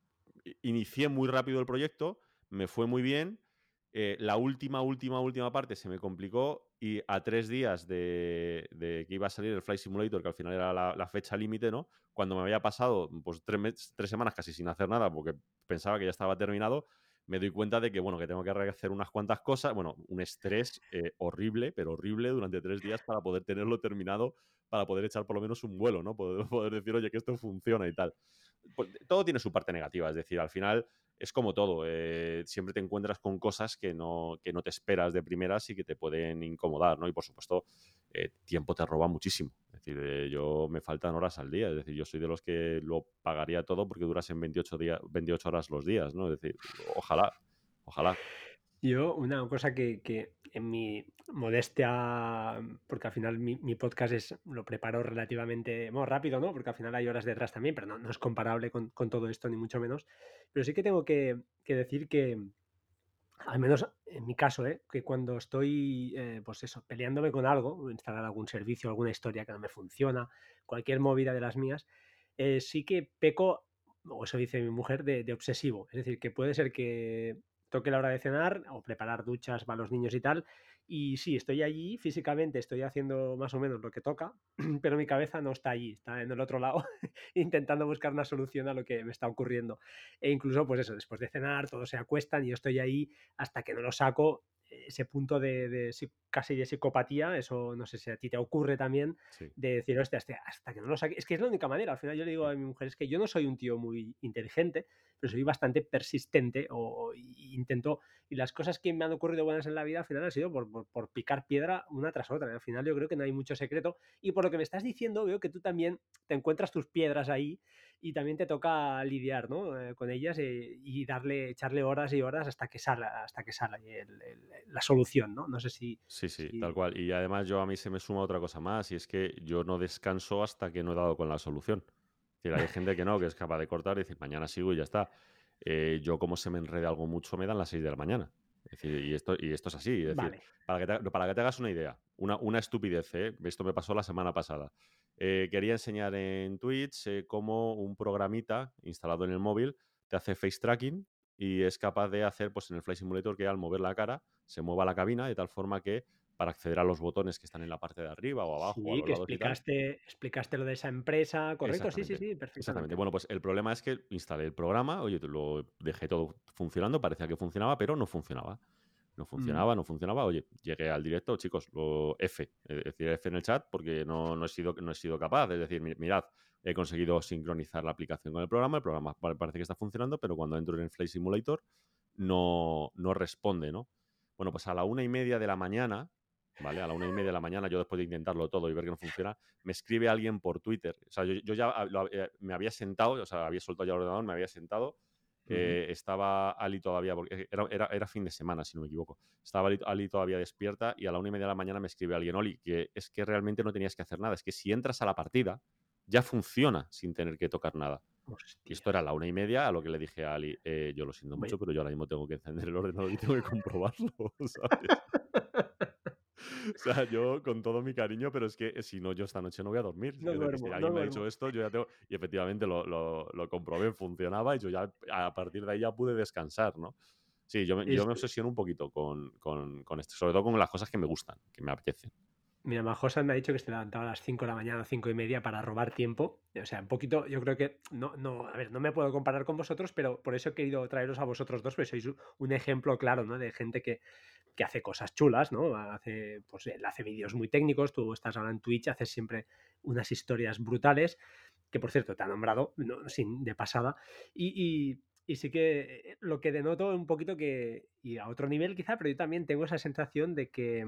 inicié muy rápido el proyecto, me fue muy bien. Eh, la última, última, última parte se me complicó y a tres días de, de que iba a salir el Flight Simulator, que al final era la, la fecha límite, ¿no? Cuando me había pasado pues tres, mes- tres semanas casi sin hacer nada porque pensaba que ya estaba terminado, me doy cuenta de que, bueno, que tengo que hacer unas cuantas cosas, bueno, un estrés eh, horrible, pero horrible durante tres días para poder tenerlo terminado, para poder echar por lo menos un vuelo, ¿no? Poder, poder decir, oye, que esto funciona y tal. Pues, todo tiene su parte negativa, es decir, al final es como todo, eh, siempre te encuentras con cosas que no, que no te esperas de primeras y que te pueden incomodar, ¿no? Y por supuesto, eh, tiempo te roba muchísimo. Es decir, eh, yo me faltan horas al día, es decir, yo soy de los que lo pagaría todo porque durasen veintiocho, días, veintiocho horas los días, ¿no? Es decir, ojalá, ojalá. Yo, una cosa que, que en mi modestia, porque al final mi, mi podcast es, lo preparo relativamente bueno, rápido, ¿no? Porque al final hay horas detrás también, pero no, no es comparable con, con todo esto, ni mucho menos. Pero sí que tengo que, que decir que, al menos en mi caso, ¿eh? Que cuando estoy, eh, pues eso, peleándome con algo, instalar algún servicio, alguna historia que no me funciona, cualquier movida de las mías, eh, sí que peco, o eso dice mi mujer, de, de obsesivo. Es decir, que puede ser que toque la hora de cenar o preparar duchas para los niños y tal, y sí, estoy allí físicamente, estoy haciendo más o menos lo que toca, pero mi cabeza no está allí, está en el otro lado intentando buscar una solución a lo que me está ocurriendo. E incluso, pues eso, después de cenar, todos se acuestan y yo estoy ahí hasta que no lo saco, ese punto de, de casi de psicopatía, eso no sé si a ti te ocurre también, Sí. de decir, hostia, hostia, hasta que no lo saque, es que es la única manera, al final yo le digo a mi mujer, es que yo no soy un tío muy inteligente, pero soy bastante persistente o, o intento, y las cosas que me han ocurrido buenas en la vida al final han sido por, por, por picar piedra una tras otra, y al final yo creo que no hay mucho secreto, y por lo que me estás diciendo veo que tú también te encuentras tus piedras ahí y también te toca lidiar, ¿no? Eh, con ellas eh, y darle, echarle horas y horas hasta que salga, hasta que salga el- el- la solución, ¿no? No sé si, Sí, sí, tal si... cual. Y además yo a mí se me suma otra cosa más, y es que yo no descanso hasta que no he dado con la solución. Es decir, hay gente que no, que es capaz de cortar y decir, mañana sigo y ya está. Eh, yo como se me enrede algo mucho, me dan las seis de la mañana. Es decir, y esto, y esto es así. Es decir, Vale. para que te, para que te hagas una idea, una, una estupidez, ¿eh? Esto me pasó la semana pasada. Eh, quería enseñar en Twitch eh, cómo un programita instalado en el móvil te hace face tracking y es capaz de hacer, pues en el Flight Simulator, que al mover la cara se mueva la cabina de tal forma que para acceder a los botones que están en la parte de arriba o abajo o a Sí, los que lados y tal. explicaste, explicaste lo de esa empresa, correcto, sí, sí, Exactamente, sí, exactamente. perfectamente. Bueno, pues el problema es que instalé el programa, oye, lo dejé todo funcionando, parecía que funcionaba, pero no funcionaba. No Mm, funcionaba, no funcionaba. Oye, llegué al directo, chicos, lo F, es decir, F en el chat porque no, no, he sido, no he sido capaz. Es decir, mi- mirad, he conseguido sincronizar la aplicación con el programa, el programa pa- parece que está funcionando, pero cuando entro en el Flight Simulator no, no responde, ¿no? Bueno, pues a la una y media de la mañana, ¿vale? A la una y media de la mañana, yo después de intentarlo todo y ver que no funciona, me escribe alguien por Twitter. O sea, yo, yo ya ah, lo- eh, me había sentado, o sea, había soltado ya el ordenador, me había sentado. ujú. eh, estaba Ali todavía, porque era, era, era fin de semana, si no me equivoco. Estaba Ali, Ali todavía despierta y a la una y media de la mañana me escribe alguien, Oli, que es que realmente no tenías que hacer nada. Es que si entras a la partida, ya funciona sin tener que tocar nada. Y esto era a Hostias. la una y media, a lo que le dije a Ali, eh, yo lo siento Oye. mucho, pero yo ahora mismo tengo que encender el ordenador y tengo que comprobarlo, ¿sabes? O sea, yo con todo mi cariño, pero es que eh, si no, yo esta noche no voy a dormir. No Es decir, si duermo, no alguien me ha dicho duermo. esto, yo ya tengo. Y efectivamente lo, lo, lo comprobé, funcionaba y yo ya a partir de ahí ya pude descansar, ¿no? Sí, yo, me- yo Es, me obsesiono un poquito con, con, con esto, sobre todo con las cosas que me gustan, que me apetecen. Mira, Majosa me ha dicho que se levantaba a las cinco de la mañana o cinco y media para robar tiempo. O sea, un poquito, yo creo que, no, no, a ver, no me puedo comparar con vosotros, pero por eso he querido traeros a vosotros dos, porque sois u- un ejemplo claro, ¿no? De gente que, que hace cosas chulas, ¿no? Hace, pues él hace vídeos muy técnicos, tú estás ahora en Twitch, haces siempre unas historias brutales, que por cierto te ha nombrado, no, sin, de pasada, y, y, y sí que eh, lo que denoto un poquito que, y a otro nivel quizá, pero yo también tengo esa sensación de que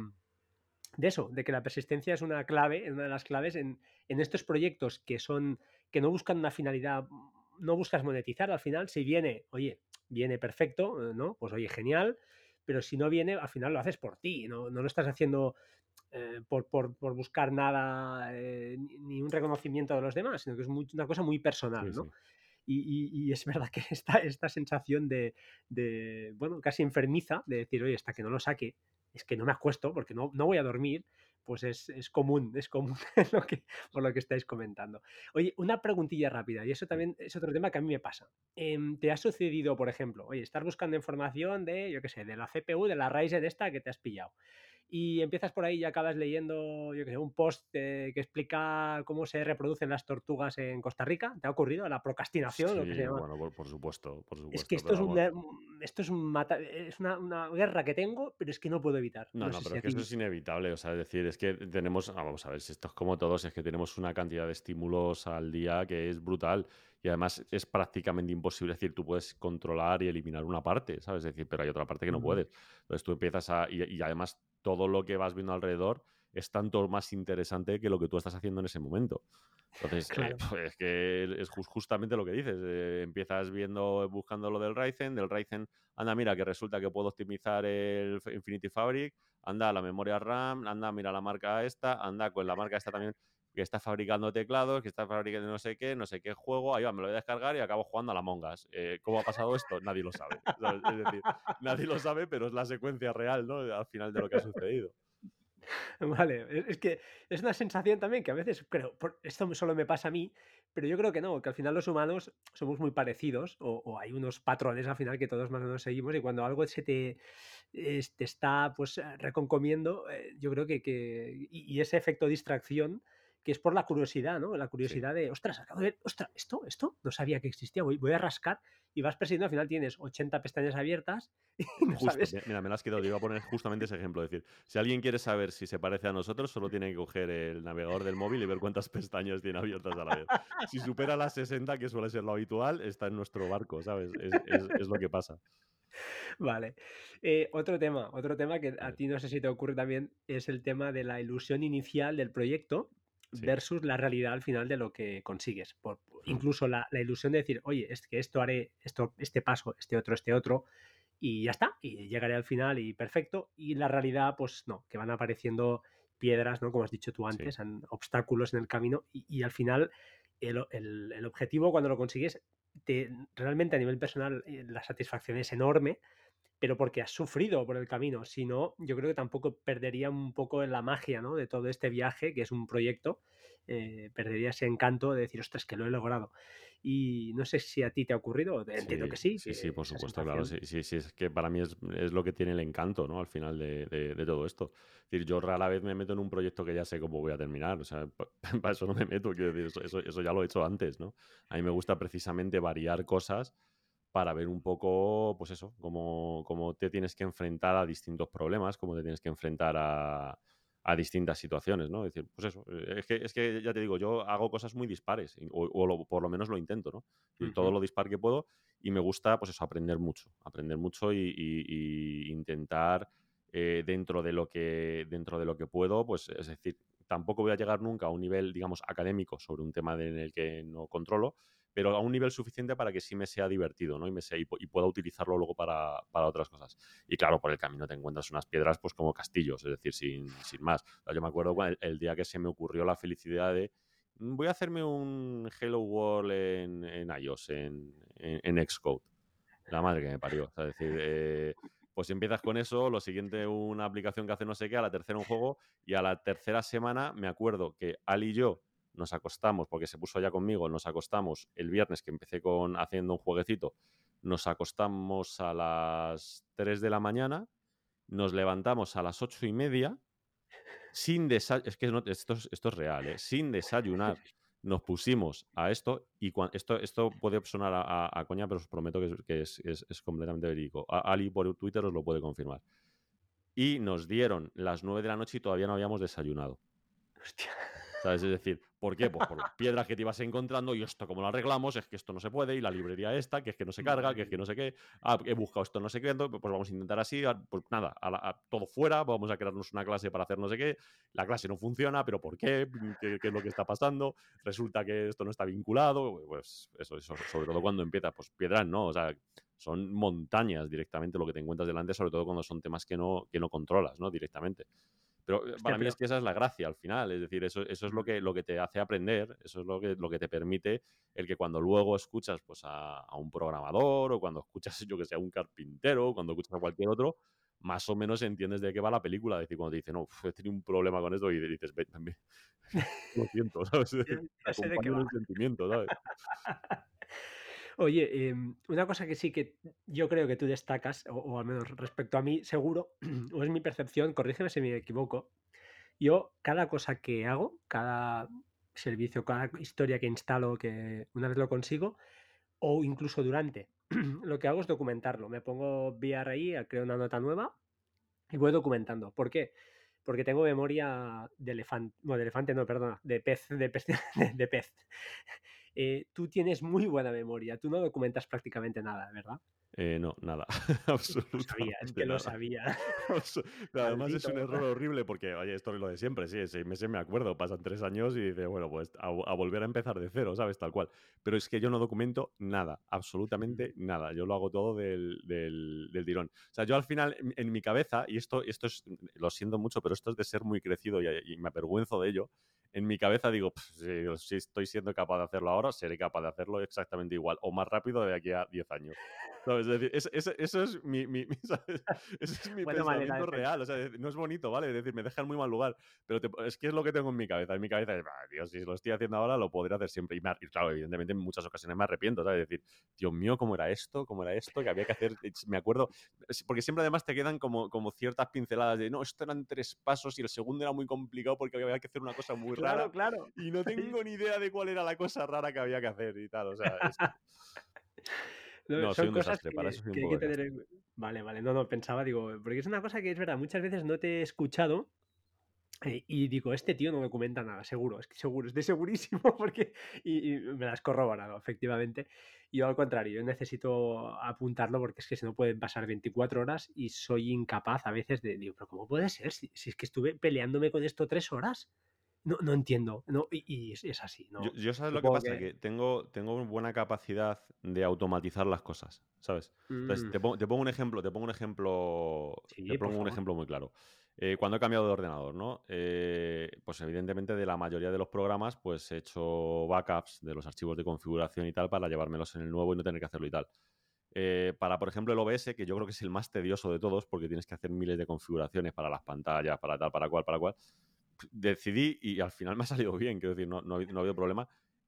de eso, de que la persistencia es una clave, una de las claves en, en estos proyectos que son, que no buscan una finalidad, no buscas monetizar al final, si viene, oye, viene perfecto, eh, ¿no? Pues oye, genial, pero si no viene, al final lo haces por ti, no, no lo estás haciendo eh, por, por, por, buscar nada, eh, ni, ni un reconocimiento de los demás, sino que es muy, una cosa muy Sí, personal, ¿no? sí. Y, y, y, es verdad que esta, esta sensación de, de, bueno, casi enfermiza, de decir, oye, hasta que no lo saque, es que no me acuesto porque no, no voy a dormir, pues es, es común, es común lo que, por lo que estáis comentando. Oye, una preguntilla rápida, y eso Mm. también es otro tema que a mí me pasa. Eh, ¿Te ha sucedido, por ejemplo, oye, estar buscando información de, yo qué sé, de la C P U, de la Ryzen esta que te has pillado? Y empiezas por ahí y acabas leyendo, yo qué sé, un post eh, que explica cómo se reproducen las tortugas en Costa Rica. ¿Te ha ocurrido? La procrastinación, lo que se Sí, llama. bueno, por, por supuesto, por Es que supuesto, esto pero es, vamos. una, esto es, un mata, es una, una guerra que tengo, pero es que no puedo evitar. No, No no, sé pero si es a que eso ti. es inevitable. O sea, es decir, es que tenemos, ah, vamos a ver, si esto es como todos, es que tenemos una cantidad de estímulos al día que es brutal y además es prácticamente imposible. Es decir, tú puedes controlar y eliminar una parte, ¿sabes? Es decir, pero hay otra parte que no Ujú. puedes. Entonces tú empiezas a. Y, y además todo lo que vas viendo alrededor es tanto más interesante que lo que tú estás haciendo en ese momento. Entonces, eh, Claro. pues es que es jus- justamente lo que dices. eh, empiezas viendo, buscando lo del Ryzen, del Ryzen, anda, mira, que resulta que puedo optimizar el F- Infinity Fabric, anda, la memoria RAM, anda, mira la marca esta, anda, con la marca esta también, que está fabricando teclados, que está fabricando no sé qué, no sé qué juego, ahí va, me lo voy a descargar y acabo jugando a la Mongas. Eh, ¿cómo ha pasado esto? Nadie lo sabe. ¿Sabes? Es decir, nadie lo sabe, pero es la secuencia real, ¿no? Al final de lo que ha sucedido. Vale, es es que es una sensación también que a veces creo, por- esto solo me pasa a mí, pero yo creo que no, que al final los humanos somos muy parecidos o, o hay unos patrones al final que todos más o menos seguimos y cuando algo se te, es- te está pues eh, reconcomiendo, eh, yo creo que, que y, y ese efecto distracción que es por la curiosidad, ¿no? La Sí. curiosidad de, ostras, acabo de ver, ostras, esto, esto, no sabía que existía, voy, voy a rascar y vas persiguiendo, al final tienes ochenta pestañas abiertas y no Justo, sabes. mi- mira, me lo has quitado. Te iba a poner justamente ese ejemplo. Es decir, si alguien quiere saber si se parece a nosotros, solo tiene que coger el navegador del móvil y ver cuántas pestañas tiene abiertas a la vez. Si supera las sesenta, que suele ser lo habitual, está en nuestro barco, ¿sabes? Es, es- es lo que pasa. Vale. Eh, otro tema, otro tema que A a ver, ti no sé si te ocurre también es el tema de la ilusión inicial del proyecto sí. versus la realidad al final de lo que consigues. Por, Hmm, incluso la, la ilusión de decir, oye, es que esto haré, esto, este paso, este otro, este otro, y ya está, y llegaré al final y perfecto. Y la realidad, pues no, que van apareciendo piedras, ¿no? Como has dicho tú sí, antes, han- obstáculos en el camino, y, y al final el, el- el objetivo cuando lo consigues, te, realmente a nivel personal eh, la satisfacción es enorme, pero porque has sufrido por el camino. Si no, yo creo que tampoco perdería un poco en la magia, ¿no? De todo este viaje, que es un proyecto, eh, perdería ese encanto de decir, ostras, que lo he logrado. y no sé si a ti te ha ocurrido, entiendo Sí, que sí, sí, sí, que por esa supuesto, claro. sensación. Sí, sí, sí, es que para mí es, es lo que tiene el encanto, ¿no? Al final de, de- de todo esto. Es decir, yo rara vez me meto en un proyecto que ya sé cómo voy a terminar. O sea, pa- para eso no me meto, quiero decir, eso, eso, eso ya lo he hecho antes, ¿no? A mí me gusta precisamente variar cosas para ver un poco, pues eso, cómo, cómo te tienes que enfrentar a distintos problemas, cómo te tienes que enfrentar a, a distintas situaciones, ¿no? Es decir, pues eso, eh, es que, es que ya te digo, yo hago cosas muy dispares, y- o, o lo- por lo menos lo intento, ¿no? Y todo Ujú. lo dispar que puedo y me gusta, pues eso, aprender mucho, aprender mucho y, y- y intentar eh, dentro de lo que dentro de lo que puedo, pues es decir, tampoco voy a llegar nunca a un nivel, digamos, académico sobre un tema de- en el que no controlo, pero a un nivel suficiente para que sí me sea divertido, ¿no? Y, me sea, y, pu- y pueda utilizarlo luego para, para otras cosas. Y claro, por el camino te encuentras unas piedras pues como castillos, es decir, sin, sin más. O sea, yo me acuerdo cuando el, el día que se me ocurrió la felicidad de "Mm, voy a hacerme un Hello World en, en iOS, en, en, en Xcode. La madre que me parió. O sea, es decir, eh, pues empiezas con eso, lo siguiente una aplicación que hace no sé qué, a la tercera un juego, y a la tercera semana me acuerdo que Ali y yo nos acostamos, porque se puso ya conmigo, nos acostamos el viernes que empecé con haciendo un jueguecito, nos acostamos a las tres de la mañana, nos levantamos a las ocho y media, sin desayunar, es que no- esto, es, esto es real, ¿eh? Sin desayunar, nos pusimos a esto y cuan- esto, esto puede sonar a, a- a coña, pero os prometo que es, que es- es- es completamente verídico. A- Ali por Twitter os lo puede confirmar. Y nos dieron las nueve de la noche y todavía no habíamos desayunado. Hostia. ¿Sabes? Es decir, ¿por qué? Pues por las piedras que te ibas encontrando y esto, como lo arreglamos, es que esto no se puede y la librería esta, que es que no se carga, que Madre es que mía. no sé qué. Ah, he buscado esto, no sé qué, entonces, pues vamos a intentar así, ah, pues nada, a la- a todo fuera, vamos a crearnos una clase para hacer no sé qué. La clase no funciona, pero ¿por qué? ¿Qué, qué es lo que está pasando? Resulta que esto no está vinculado. Pues eso, eso, sobre todo cuando empieza, pues piedras, ¿no? O sea, son montañas directamente lo que te encuentras delante, sobre todo cuando son temas que no, que no controlas, ¿no? Directamente. Pero eh, Hostia, para mí es pero que esa es la gracia al final, es decir, eso, eso es lo mm, que, lo que te hace aprender, eso es lo que, lo que te permite el que cuando luego escuchas pues, a, a un programador o cuando escuchas, yo que sé, a un carpintero, cuando escuchas a cualquier otro, más o menos entiendes de qué va la película. Es decir, cuando te dicen, no, uf, he tenido un problema con esto y dices, "Ve- ve- lo siento, ¿sabes? ya Te ya sé de qué acompaño en va. el sentimiento, ¿sabes? Oye, em, una cosa que sí que yo creo que tú destacas, o, o al menos respecto a mí, seguro, o es mi percepción, corrígeme si me equivoco. Yo, cada cosa que hago, cada servicio, cada historia que instalo, que una vez lo consigo, o incluso durante, lo que hago es documentarlo. Me pongo V R ahí, creo una nota nueva y voy documentando. ¿Por qué? Porque tengo memoria de elefante, no, de elefante no, perdona, de pez, de pez, de, de pez. Eh, tú tienes muy buena memoria, tú no documentas prácticamente nada, ¿verdad? Eh, no, nada, Lo sabía, es que absolutamente lo nada. sabía. Absu- Pero además es un Maldito. error horrible porque, oye, esto es lo de siempre, sí, seis meses me acuerdo, pasan tres años y dice, bueno, pues a, a volver a empezar de cero, ¿sabes? Tal cual. Pero es que yo no documento nada, absolutamente nada. Yo lo hago todo del, del, del tirón. O sea, yo al final, en, en mi cabeza, y esto, esto es, lo siento mucho, pero esto es de ser muy crecido y, y me avergüenzo de ello. En mi cabeza digo, "Pff, si, si estoy siendo capaz de hacerlo ahora, seré capaz de hacerlo exactamente igual o más rápido de aquí a diez años. ¿Sabes? Es decir, es- es- eso es mi, mi- mi- ¿sabes? Ese es mi Buena manera pensamiento de real. O sea, pensar. es- no es bonito, ¿vale? Es decir, me deja en muy mal lugar. Pero te- es que es lo que tengo en mi cabeza. En mi cabeza es, "Ah, Dios, si lo estoy haciendo ahora, lo podría hacer siempre". Y, me ar- y claro, evidentemente en muchas ocasiones me arrepiento, ¿sabes? Es decir, Dios mío, ¿cómo era esto? ¿Cómo era esto? Que había que hacer. Me acuerdo, es- porque siempre además te quedan como, como ciertas pinceladas de, no, esto eran tres pasos y el segundo era muy complicado porque había que hacer una cosa muy Claro, rara claro. y no Ahí tengo ni idea de cuál era la cosa rara que había que hacer y tal. O sea, es... no, No, soy son un cosas desastre. Para que, eso soy un que hay poco que tener desastre. en... Vale, vale. No, no, pensaba, digo, porque es una cosa que es verdad, muchas veces no te he escuchado eh, y digo, este tío no documenta nada, seguro, es que seguro, estoy segurísimo porque... Y, y me las has corroborado, efectivamente. Y yo al contrario, yo necesito apuntarlo porque es que si no pueden pasar veinticuatro horas y soy incapaz a veces de... Digo, pero ¿cómo puede ser? Si, si es que estuve peleándome con esto tres horas. No, no entiendo. No, y, y es, es así, Yo, ¿no? yo ¿sabes lo que Supongo pasa? que... Que tengo, tengo buena capacidad de automatizar las cosas, ¿sabes? Entonces, Mm, te pongo, te pongo un ejemplo, te pongo un ejemplo, te sí, por pongo un favor. ejemplo muy claro. Eh, cuando he cambiado de ordenador, ¿no? Eh, pues evidentemente de la mayoría de los programas, pues he hecho backups de los archivos de configuración y tal para llevármelos en el nuevo y no tener que hacerlo y tal. Eh, para, por ejemplo, el O B S, que yo creo que es el más tedioso de todos, porque tienes que hacer miles de configuraciones para las pantallas, para tal, para cual, para cual, decidí, y al final me ha salido bien, quiero decir, no, no, ha habido- no ha habido problema,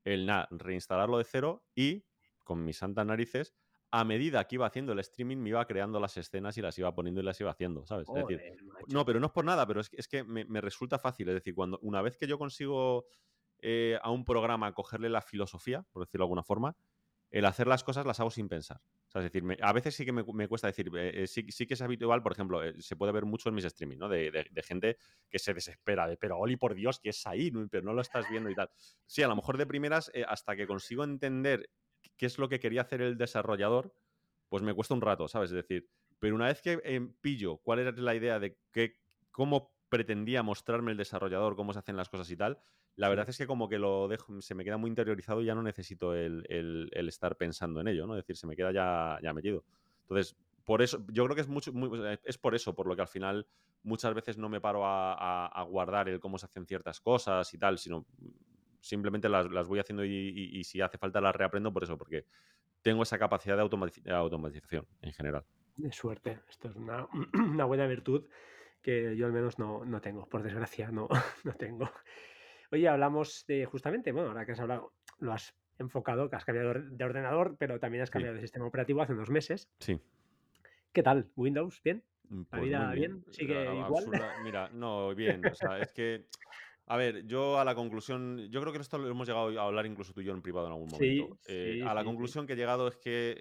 el nada, reinstalarlo de cero y, con mis santas narices, a medida que iba haciendo el streaming, me iba creando las escenas y las iba poniendo y las iba haciendo, ¿sabes? Es decir, Joder, no, macho. pero no es por nada, pero es, es que me, me resulta fácil. Es decir, cuando una vez que yo consigo eh, a un programa cogerle la filosofía, por decirlo de alguna forma, el hacer las cosas las hago sin pensar. O sea, es decir, me, a veces sí que me, me cuesta decir, eh, eh, sí, sí que es habitual, por ejemplo, eh, se puede ver mucho en mis streaming, ¿no? De, de, de gente que se desespera, de, pero Oli, por Dios, que es ahí, ¿no? Pero no lo estás viendo y tal. Sí, a lo mejor de primeras, eh, hasta que consigo entender qué es lo que quería hacer el desarrollador, pues me cuesta un rato, ¿sabes? Es decir, pero una vez que eh, pillo cuál era la idea de qué, cómo pretendía mostrarme el desarrollador, cómo se hacen las cosas y tal, la Sí. verdad es que como que lo dejo, se me queda muy interiorizado y ya no necesito el, el, el estar pensando en ello, ¿no? Es decir, se me queda ya, ya metido. Entonces, por eso, yo creo que es mucho, muy, es por eso, por lo que al final muchas veces no me paro a, a, a guardar el cómo se hacen ciertas cosas y tal, sino simplemente las, las voy haciendo y, y, y si hace falta las reaprendo por eso, porque tengo esa capacidad de, automatiz de automatización en general. De suerte. Esto es una, una buena virtud que yo al menos no, no tengo, por desgracia, no, no tengo. Oye, hablamos de justamente, bueno, ahora que has hablado, lo has enfocado, que has cambiado de ordenador, pero también has Sí, cambiado de sistema operativo hace unos meses. sí. ¿Qué tal? ¿Windows? ¿Bien? ¿La Pues muy vida bien. bien? ¿Sigue igual? Absurda. Mira, no, bien. O sea, es que, a ver, yo a la conclusión, yo creo que esto lo hemos llegado a hablar incluso tú y yo en privado en algún Sí, momento. Eh, sí, a la sí, sí. conclusión que he llegado es que,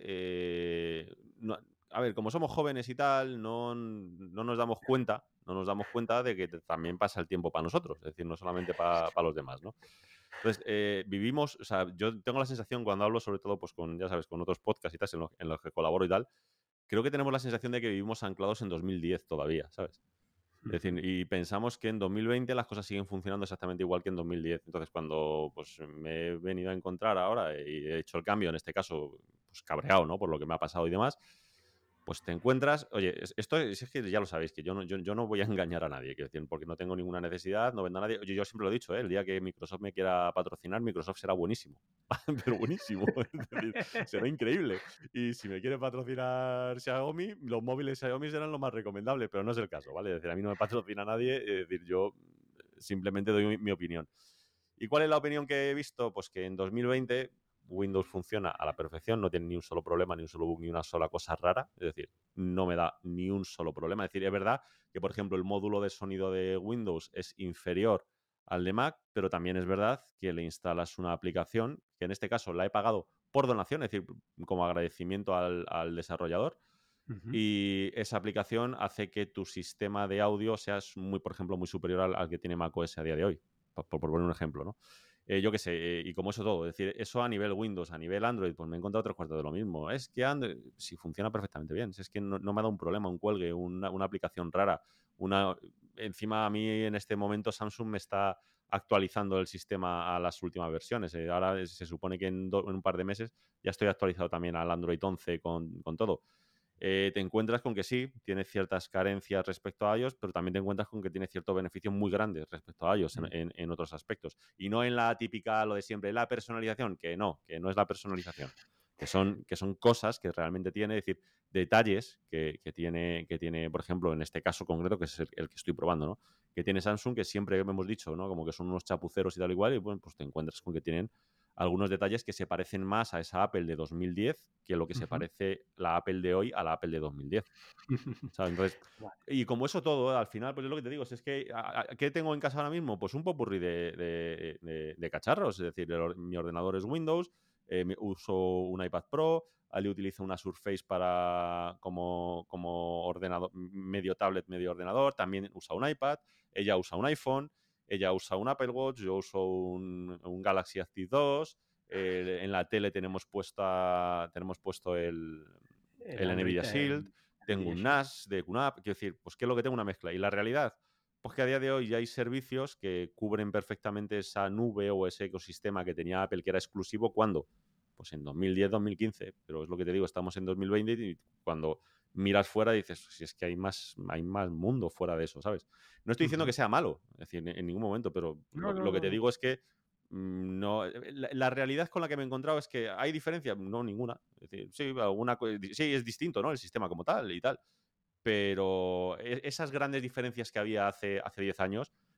eh, no- a ver, como somos jóvenes y tal, no, no nos damos cuenta, no nos damos cuenta de que también pasa el tiempo para nosotros, es decir, no solamente para los demás, ¿no? Entonces, eh, vivimos, o sea, yo tengo la sensación cuando hablo, sobre todo, pues con, ya sabes, con otros podcasts y tal, en los, en los que colaboro y tal, creo que tenemos la sensación de que vivimos anclados en dos mil diez todavía, ¿sabes? Es decir, Ujú. y pensamos que en dos mil veinte las cosas siguen funcionando exactamente igual que en dos mil diez. Entonces, cuando pues, me he venido a encontrar ahora y he hecho el cambio, en este caso, pues cabreado, ¿no? Por lo que me ha pasado y demás, pues te encuentras, oye, es- esto es, es que ya lo sabéis, que yo no, yo, yo no voy a engañar a nadie, quiero decir, porque no tengo ninguna necesidad, no vendo a nadie. Oye, yo siempre lo he dicho, ¿eh? El día que Microsoft me quiera patrocinar, Microsoft será buenísimo, pero buenísimo, es decir, será increíble. Y si me quiere patrocinar Xiaomi, los móviles Xiaomi serán lo más recomendable, pero no es el caso, ¿vale? Es decir, a mí no me patrocina nadie, es decir, yo simplemente doy mi, mi opinión. ¿Y cuál es la opinión que he visto? Pues que en dos mil veinte Windows funciona a la perfección, no tiene ni un solo problema, ni un solo bug, ni una sola cosa rara. Es decir, no me da ni un solo problema. Es decir, es verdad que, por ejemplo, el módulo de sonido de Windows es inferior al de Mac, pero también es verdad que le instalas una aplicación, que en este caso la he pagado por donación, es decir, como agradecimiento al, al desarrollador, Ujú. y esa aplicación hace que tu sistema de audio sea muy, por ejemplo, muy superior al, al que tiene macOS a día de hoy, por, por poner un ejemplo, ¿no? Eh, yo qué sé, eh, y como eso todo, es decir, eso a nivel Windows, a nivel Android, pues me he encontrado tres cuartos de lo mismo. Es que Android, sí, funciona perfectamente bien, si es que no, no me ha dado un problema, un cuelgue, una, una aplicación rara, una... Encima a mí en este momento Samsung me está actualizando el sistema a las últimas versiones. Eh, ahora se supone que en, do, en, un par de meses ya estoy actualizado también al Android once con, con todo. Eh, te encuentras con que sí, tiene ciertas carencias respecto a iOS, pero también te encuentras con que tiene ciertos beneficios muy grandes respecto a iOS en, Mm. en, en otros aspectos. Y no en la típica, lo de siempre, la personalización, que no, que no es la personalización, que son, que son cosas que realmente tiene, es decir, detalles que, que, tiene, que tiene, por ejemplo, en este caso concreto, que es el, el que estoy probando, ¿no? Que tiene Samsung, que siempre hemos dicho, ¿no? Como que son unos chapuceros y tal igual, y bueno, pues te encuentras con que tienen algunos detalles que se parecen más a esa Apple de dos mil diez que lo que se Ujú. parece la Apple de hoy a la Apple de dos mil diez. ¿Sabes? Entonces, Vale. y como eso todo, al final, pues es lo que te digo, si es que, a- a- ¿qué tengo en casa ahora mismo? Pues un popurrí de, de, de- de cacharros, es decir, el or- mi ordenador es Windows, eh, me- uso un iPad Pro, Ali utiliza una Surface para, como, como ordenador, medio tablet, medio ordenador, también usa un iPad, ella usa un iPhone, ella usa un Apple Watch, yo uso un, un Galaxy Active dos, eh, en la tele tenemos, puesta, tenemos puesto el, El el Android, Nvidia eh, Shield, tengo Nvidia un Shield. NAS de QNAP, quiero decir, pues ¿qué es lo que tengo? Una mezcla. Y la realidad, pues que a día de hoy ya hay servicios que cubren perfectamente esa nube o ese ecosistema que tenía Apple, que era exclusivo, ¿cuándo? Pues en dos mil diez, dos mil quince, pero es lo que te digo, estamos en dos mil veinte y cuando miras fuera dices, si es que hay más, hay más mundo fuera de eso, ¿sabes? No estoy diciendo Ujú. que sea malo, es decir, en ningún momento, pero No, lo, no, lo que no, te no. digo es que mm, no, la, la, realidad con la que me he encontrado es que hay diferencia, no ninguna. Es decir, sí, alguna, sí, es distinto, ¿no? El sistema como tal y tal. Pero esas grandes diferencias que había hace, hace diez años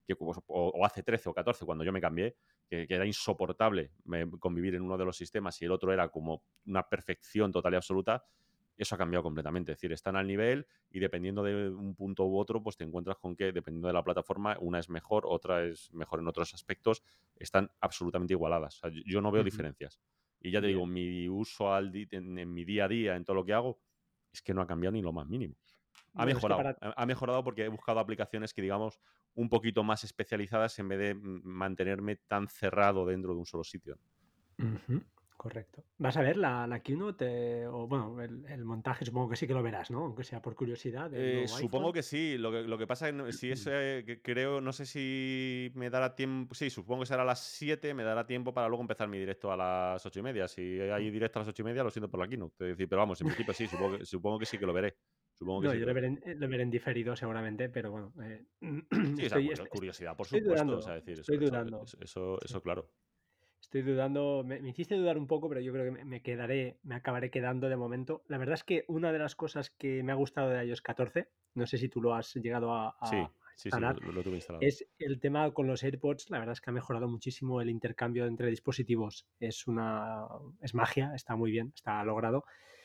que, o, o hace trece o catorce, cuando yo me cambié, que, que era insoportable me, convivir en uno de los sistemas y el otro era como una perfección total y absoluta, eso ha cambiado completamente. Es decir, están al nivel y dependiendo de un punto u otro, pues te encuentras con que, dependiendo de la plataforma, una es mejor, otra es mejor en otros aspectos, están absolutamente igualadas. O sea, yo, yo no veo Ujú. diferencias. Y ya te digo, Bien. mi uso al di en, en mi día a día, en todo lo que hago, es que no ha cambiado ni lo más mínimo. Ha Bueno, es que mejorado. para... Ha mejorado porque he buscado aplicaciones que, digamos, un poquito más especializadas en vez de mantenerme tan cerrado dentro de un solo sitio. Uh-huh. Correcto. ¿Vas a ver la, la Keynote? Eh, o bueno, el, el montaje supongo que sí que lo verás, ¿no? Aunque sea por curiosidad del Eh, nuevo supongo iPhone. que sí. Lo que, lo que pasa es que no- si es, eh, que creo, no sé si me dará tiempo. Sí, supongo que será a las siete, me dará tiempo para luego empezar mi directo a las ocho y media. Si hay Mm. directo a las ocho y media, lo siento por la keynote. Es decir, pero vamos, en principio sí, supongo que, supongo que sí que lo veré. Supongo que No, sí que yo lo lo veré. veré, en, eh, lo veré en diferido seguramente, pero bueno, eh, Sí, esa estoy, curio- est- est- curiosidad, por estoy supuesto. O sea, dudando, decir, eso, estoy eso, dudando. eso, eso, Sí. eso, claro. Estoy dudando, me, me hiciste dudar un poco, pero yo creo que me, me quedaré, me acabaré quedando de momento. La verdad es que una de las cosas que me ha gustado de iOS catorce, no sé si tú lo has llegado a, a Sí, sí, sí, lo, instalar, lo tuve instalado. es el tema con los AirPods. La verdad es que ha mejorado muchísimo el intercambio entre dispositivos. Es una, es magia, está muy bien, está logrado.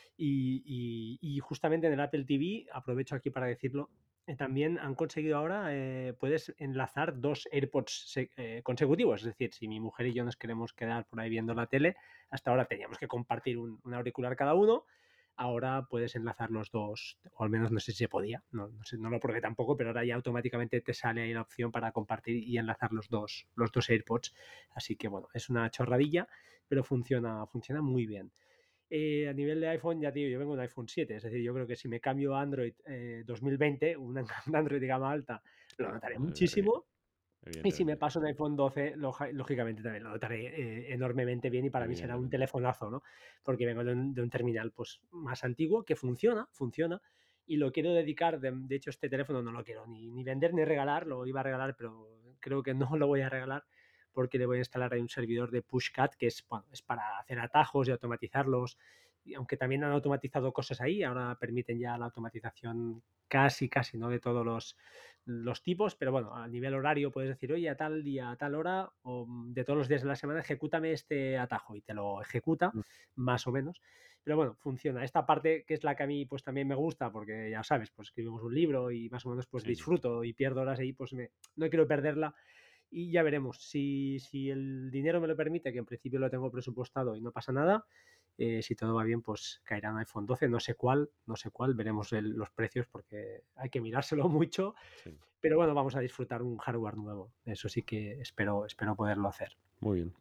Y, y, y justamente en el Apple T V, aprovecho aquí para decirlo, eh, también han conseguido ahora, eh, puedes enlazar dos AirPods eh, consecutivos. Es decir, si mi mujer y yo nos queremos quedar por ahí viendo la tele, hasta ahora teníamos que compartir un, un auricular cada uno. Ahora puedes enlazar los dos, o al menos no sé si se podía, no, no, sé, no lo probé tampoco, pero ahora ya automáticamente te sale ahí la opción para compartir y enlazar los dos, los dos AirPods. Así que bueno, es una chorradilla, pero funciona, funciona muy bien. Eh, a nivel de iPhone, ya digo, yo vengo de un iPhone siete, es decir, yo creo que si me cambio a Android eh, dos mil veinte, un, un Android de gama alta, lo notaré Eh, muchísimo. Y si me Evidentemente. paso un iPhone doce, lógicamente también lo notaré eh, enormemente bien y para mí será un Evidentemente. telefonazo, ¿no? Porque vengo de un, de un terminal pues, más antiguo que funciona, funciona, y lo quiero dedicar, de, de hecho este teléfono no lo quiero ni, ni vender ni regalar, lo iba a regalar, pero creo que no lo voy a regalar porque le voy a instalar ahí un servidor de Pushcat que es, bueno, es para hacer atajos y automatizarlos, y aunque también han automatizado cosas ahí, ahora permiten ya la automatización casi, casi, ¿no? De todos los, los tipos, pero bueno, a nivel horario puedes decir, oye, a tal día, a tal hora, o de todos los días de la semana, ejecútame este atajo y te lo ejecuta, Mm. más o menos. Pero bueno, funciona. Esta parte que es la que a mí pues también me gusta, porque ya sabes, pues escribimos un libro y más o menos pues Sí, sí, sí. disfruto y pierdo horas ahí, pues me, no quiero perderla. Y ya veremos, si, si el dinero me lo permite, que en principio lo tengo presupuestado y no pasa nada, eh, si todo va bien, pues caerá un iPhone doce, no sé cuál, no sé cuál, veremos el, los precios porque hay que mirárselo mucho, Sí. pero bueno, vamos a disfrutar un hardware nuevo, eso sí que espero, espero poderlo hacer. Muy bien.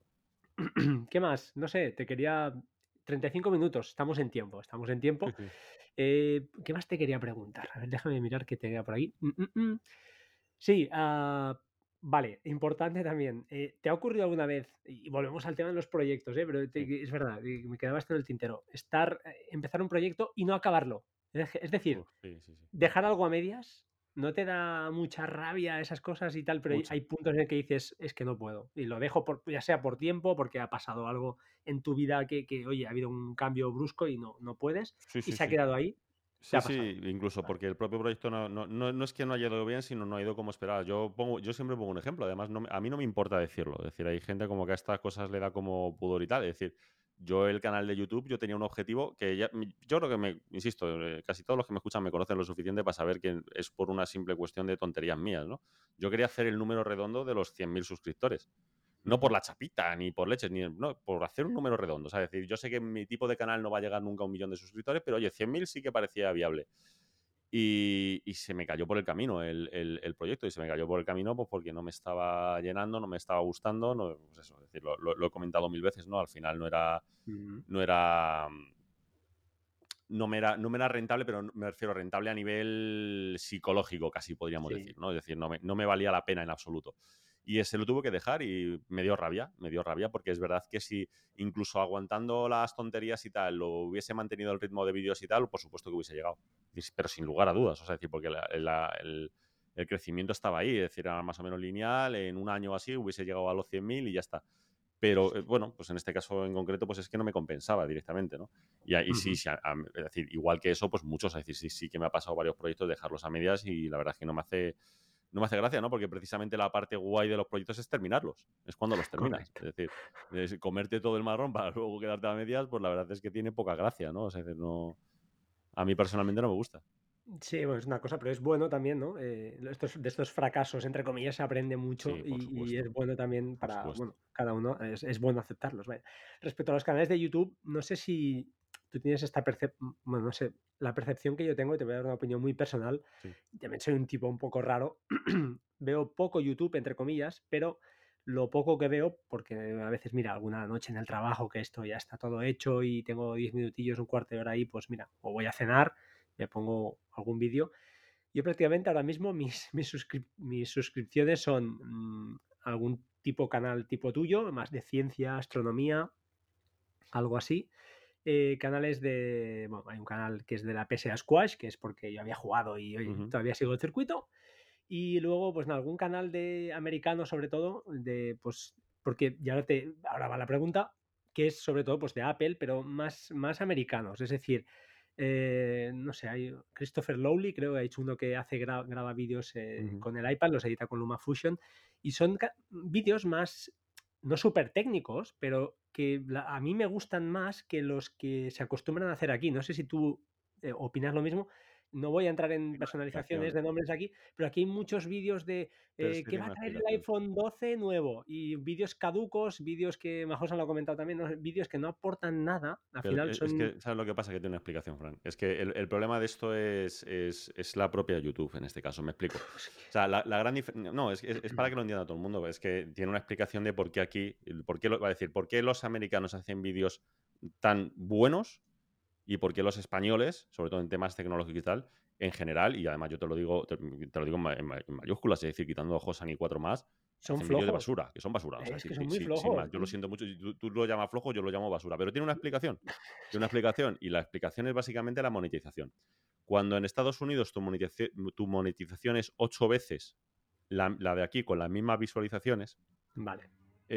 ¿Qué más? No sé, te quería... treinta y cinco minutos, estamos en tiempo, estamos en Sí, tiempo. sí. Eh, ¿Qué más te quería preguntar? A ver, déjame mirar qué te queda por ahí. Mm, mm, mm. Sí, uh, vale, importante también. Eh, ¿Te ha ocurrido alguna vez, y volvemos al tema de los proyectos, ¿eh? Pero Sí. te, es verdad, me quedaba esto en el tintero, estar, eh, empezar un proyecto y no acabarlo? Es, es decir, Uf, sí, sí, sí. dejar algo a medias, ¿no te da mucha rabia esas cosas y tal? Pero hay, Mucha. hay puntos en el que dices, es que no puedo. Y lo dejo, por, ya sea por tiempo, porque ha pasado algo en tu vida que, que, oye, ha habido un cambio brusco y no, no puedes, Sí, y sí, se ha sí. quedado ahí. ¿Te Sí, ha sí, pasado? incluso Vale. porque el propio proyecto no, no, no, no es que no haya ido bien, sino no ha ido como esperaba. Yo pongo, yo siempre pongo un ejemplo, además no me- a mí no me importa decirlo. Es decir, hay gente como que a estas cosas le da como pudor y tal. Es decir, yo el canal de YouTube, yo tenía un objetivo que ya, mi- yo creo que me, insisto, eh, casi todos los que me escuchan me conocen lo suficiente para saber que es por una simple cuestión de tonterías mías, ¿no? Yo quería hacer el número redondo de los cien mil suscriptores. No por Ujú. la chapita, ni por leches, ni no, por hacer un número redondo. O sea, es decir, yo sé que mi tipo de canal no va a llegar nunca a un millón de suscriptores, pero oye, cien mil sí que parecía viable. Y, y se me cayó por el camino el, el- el proyecto. Y se me cayó por el camino pues porque no me estaba llenando, no me estaba gustando. No, pues eso, es decir, lo, lo- lo he comentado mil veces, ¿no? Al final no era. Ujú. No era. No me era, no me era rentable, pero me refiero a rentable a nivel psicológico, casi podríamos decir, Sí. ¿no? Es decir, no me, no me valía la pena en absoluto. Y ese lo tuve que dejar y me dio rabia, me dio rabia, porque es verdad que si incluso aguantando las tonterías y tal, lo hubiese mantenido el ritmo de vídeos y tal, por supuesto que hubiese llegado. Pero sin lugar a dudas, o sea, decir, porque la- la- el, el crecimiento estaba ahí, es decir, era más o menos lineal, en un año así hubiese llegado a los cien mil y ya está. Pero eh, bueno, pues en este caso en concreto, pues es que no me compensaba directamente, ¿no? Y ahí sí, Ujú. sí a- a- es decir, igual que eso, pues muchos, es decir, sí, sí que me ha pasado varios proyectos dejarlos a medias y la verdad es que no me hace, no me hace gracia, ¿no? Porque precisamente la parte guay de los proyectos es terminarlos, es cuando los terminas. Correcto. Es decir, es comerte todo el marrón para luego quedarte a medias, pues la verdad es que tiene poca gracia, ¿no? O sea, que no, a mí personalmente no me gusta. Sí, bueno, es una cosa, pero es bueno también, ¿no? Eh, estos, de estos fracasos, entre comillas, se aprende mucho Sí, por y, y es supuesto, bueno también por para, supuesto. bueno, cada uno, es, es bueno aceptarlos. Vaya. Respecto a los canales de YouTube, no sé si tú tienes esta percepción, bueno, no sé, la percepción que yo tengo, y te voy a dar una opinión muy personal, Sí. también soy un tipo un poco raro, veo poco YouTube, entre comillas, pero lo poco que veo, porque a veces, mira, alguna noche en el trabajo que esto ya está todo hecho y tengo diez minutillos, un cuarto de hora ahí, pues mira, o voy a cenar, me pongo algún vídeo. Yo prácticamente ahora mismo mis, mis, suscrip- mis suscripciones son mm, algún tipo canal tipo tuyo, más de ciencia, astronomía, algo así. Eh, canales de... Bueno, hay un canal que es de la P S A Squash, que es porque yo había jugado y oye, Ujú. todavía sigo el circuito. Y luego, pues en algún canal de americano, sobre todo, de pues, porque ya ahora, te, ahora va la pregunta, que es sobre todo pues de Apple, pero más, más americanos. Es decir, eh, no sé, hay Christopher Lowley, creo que ha hecho uno que hace gra- graba vídeos eh, Ujú. con el iPad, los edita con LumaFusion, y son ca- vídeos más, no súper técnicos, pero que la- a mí me gustan más que los que se acostumbran a hacer aquí. No sé si tú eh, opinas lo mismo. No voy a entrar en Tiene una personalizaciones explicación, de nombres aquí, pero aquí hay muchos vídeos de pero es eh, que qué tiene va a una traer el explicación. iPhone doce nuevo y vídeos caducos, vídeos que Majosa lo ha comentado también, ¿no? Vídeos que no aportan nada, al Pero final e- es son... que, ¿sabes lo que pasa? Que tiene una explicación, Frank. Es que el, el problema de esto es, es, es la propia YouTube, en este caso, me explico. Es que- O sea, la, la gran diferencia... No, es, es, es para que lo entienda todo el mundo. Es que tiene una explicación de por qué aquí, el- por qué lo, va a decir, por qué los americanos hacen vídeos tan buenos y por qué los españoles, sobre todo en temas tecnológicos y tal, en general, y además yo te lo digo, te, te lo digo en, ma- en ma- en mayúsculas, es decir, quitando Josan y cuatro más, son hacen vídeos de flojos. basura, que son basura. O sea, Es sí, que son sí, muy sí, sin flojos. más. Yo lo siento mucho. Si tú, tú lo llamas flojo, yo lo llamo basura. Pero tiene una explicación. Tiene una explicación. Y la explicación es básicamente la monetización. Cuando en Estados Unidos tu monetización, tu monetización es ocho veces la, la de aquí con las mismas visualizaciones, Vale.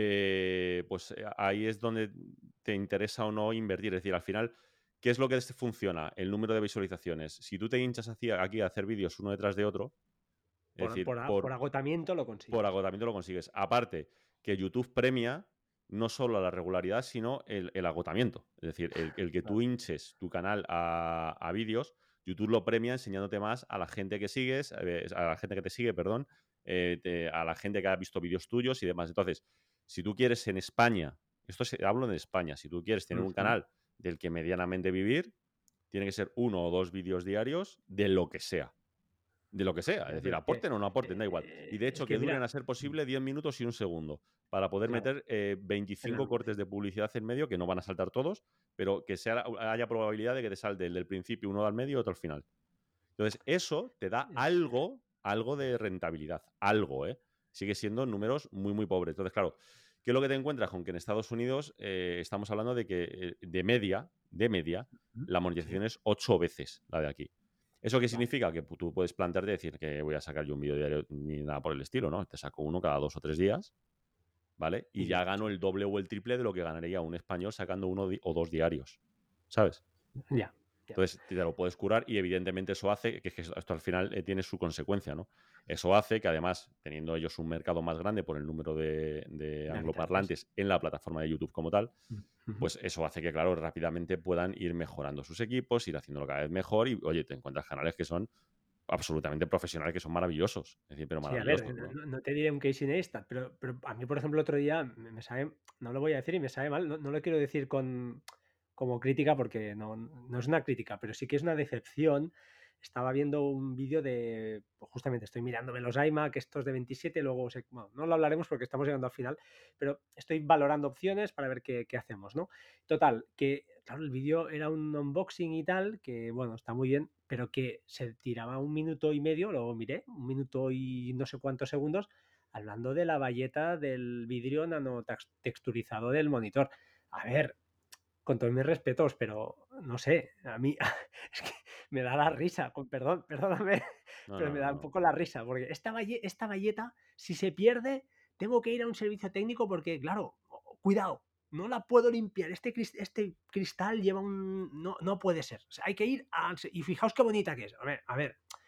eh, pues eh, ahí es donde te interesa o no invertir. Es decir, al final, ¿qué es lo que funciona? El número de visualizaciones. Si tú te hinchas hacia aquí a hacer vídeos uno detrás de otro, es Por, decir, por, a- por por, agotamiento lo por consigues. agotamiento lo consigues. Aparte, que YouTube premia no solo la regularidad, sino el, el agotamiento. Es decir, el, el que tú Claro. hinches tu canal a, a vídeos, YouTube lo premia enseñándote más a la gente que sigues, eh, a la gente que te sigue, perdón, eh, te- a la gente que ha visto vídeos tuyos y demás. Entonces, si tú quieres en España, esto es, hablo de España, si tú quieres tener un Ujú. canal del que medianamente vivir, tiene que ser uno o dos vídeos diarios de lo que sea. De lo que sea, es Ya, decir, pero es que, aporten o no aporten, da igual. Y de eh, es hecho, que que duren mira, a ser posible diez minutos y un segundo, para poder claro, meter eh, el veinticinco anuncio. cortes de publicidad en medio, que no van a saltar todos, pero que sea, haya probabilidad de que te salte el del principio uno al medio y otro al final. Entonces, eso te da Es, algo, algo de rentabilidad, algo, ¿eh? Sigue siendo números muy, muy pobres. Entonces, claro, ¿qué es lo que te encuentras con que en Estados Unidos eh, estamos hablando de que eh, de media, de media, Ujú. la Sí, monetización es ocho veces la de aquí? ¿Eso qué vale. significa? Que pu- tú puedes plantearte decir que voy a sacar yo un vídeo diario ni nada por el estilo, ¿no? Te saco uno cada dos o tres días, ¿vale? Y Y ya ya está. gano el doble o el triple de lo que ganaría un español sacando uno di- o dos diarios, ¿sabes? Ya, ya. Entonces te lo puedes curar y evidentemente eso hace que, que esto al final eh, tiene su consecuencia, ¿no? Eso hace que además, teniendo ellos un mercado más grande por el número de, de De habitantes. angloparlantes en la plataforma de YouTube como tal, Ujú. pues eso hace que, claro, rápidamente puedan ir mejorando sus equipos, ir haciéndolo cada vez mejor y, oye, te encuentras canales que son absolutamente profesionales, que son maravillosos, es decir, pero Sí, a ver, maravillosos, no, ¿no? no- no te diré un Casey Neistat, pero, pero a mí, por ejemplo, el otro día me, me sabe, no lo voy a decir y me sabe mal, no, no lo quiero decir con, como crítica porque no, no es una crítica, pero sí que es una decepción. Estaba viendo un vídeo de, pues justamente estoy mirándome los iMac, estos de veintisiete, luego se- bueno, no lo hablaremos porque estamos llegando al final, pero estoy valorando opciones para ver qué, qué hacemos, ¿no? Total, que claro, el vídeo era un unboxing y tal, que bueno, está muy bien, pero que se tiraba un minuto y medio, luego miré, un minuto y no sé cuántos segundos, hablando de la bayeta del vidrio nanotexturizado del monitor. A ver, con todos mis respetos, pero no sé, a mí es que me da la risa, con perdón, perdóname, No, pero no, me no, da un no. poco la risa, porque esta, baye, esta bayeta, si se pierde, tengo que ir a un servicio técnico porque, claro, cuidado, no la puedo limpiar, este, este cristal lleva un... No, no puede ser, o sea, hay que ir a... Y fijaos qué bonita que es, a ver, a ver,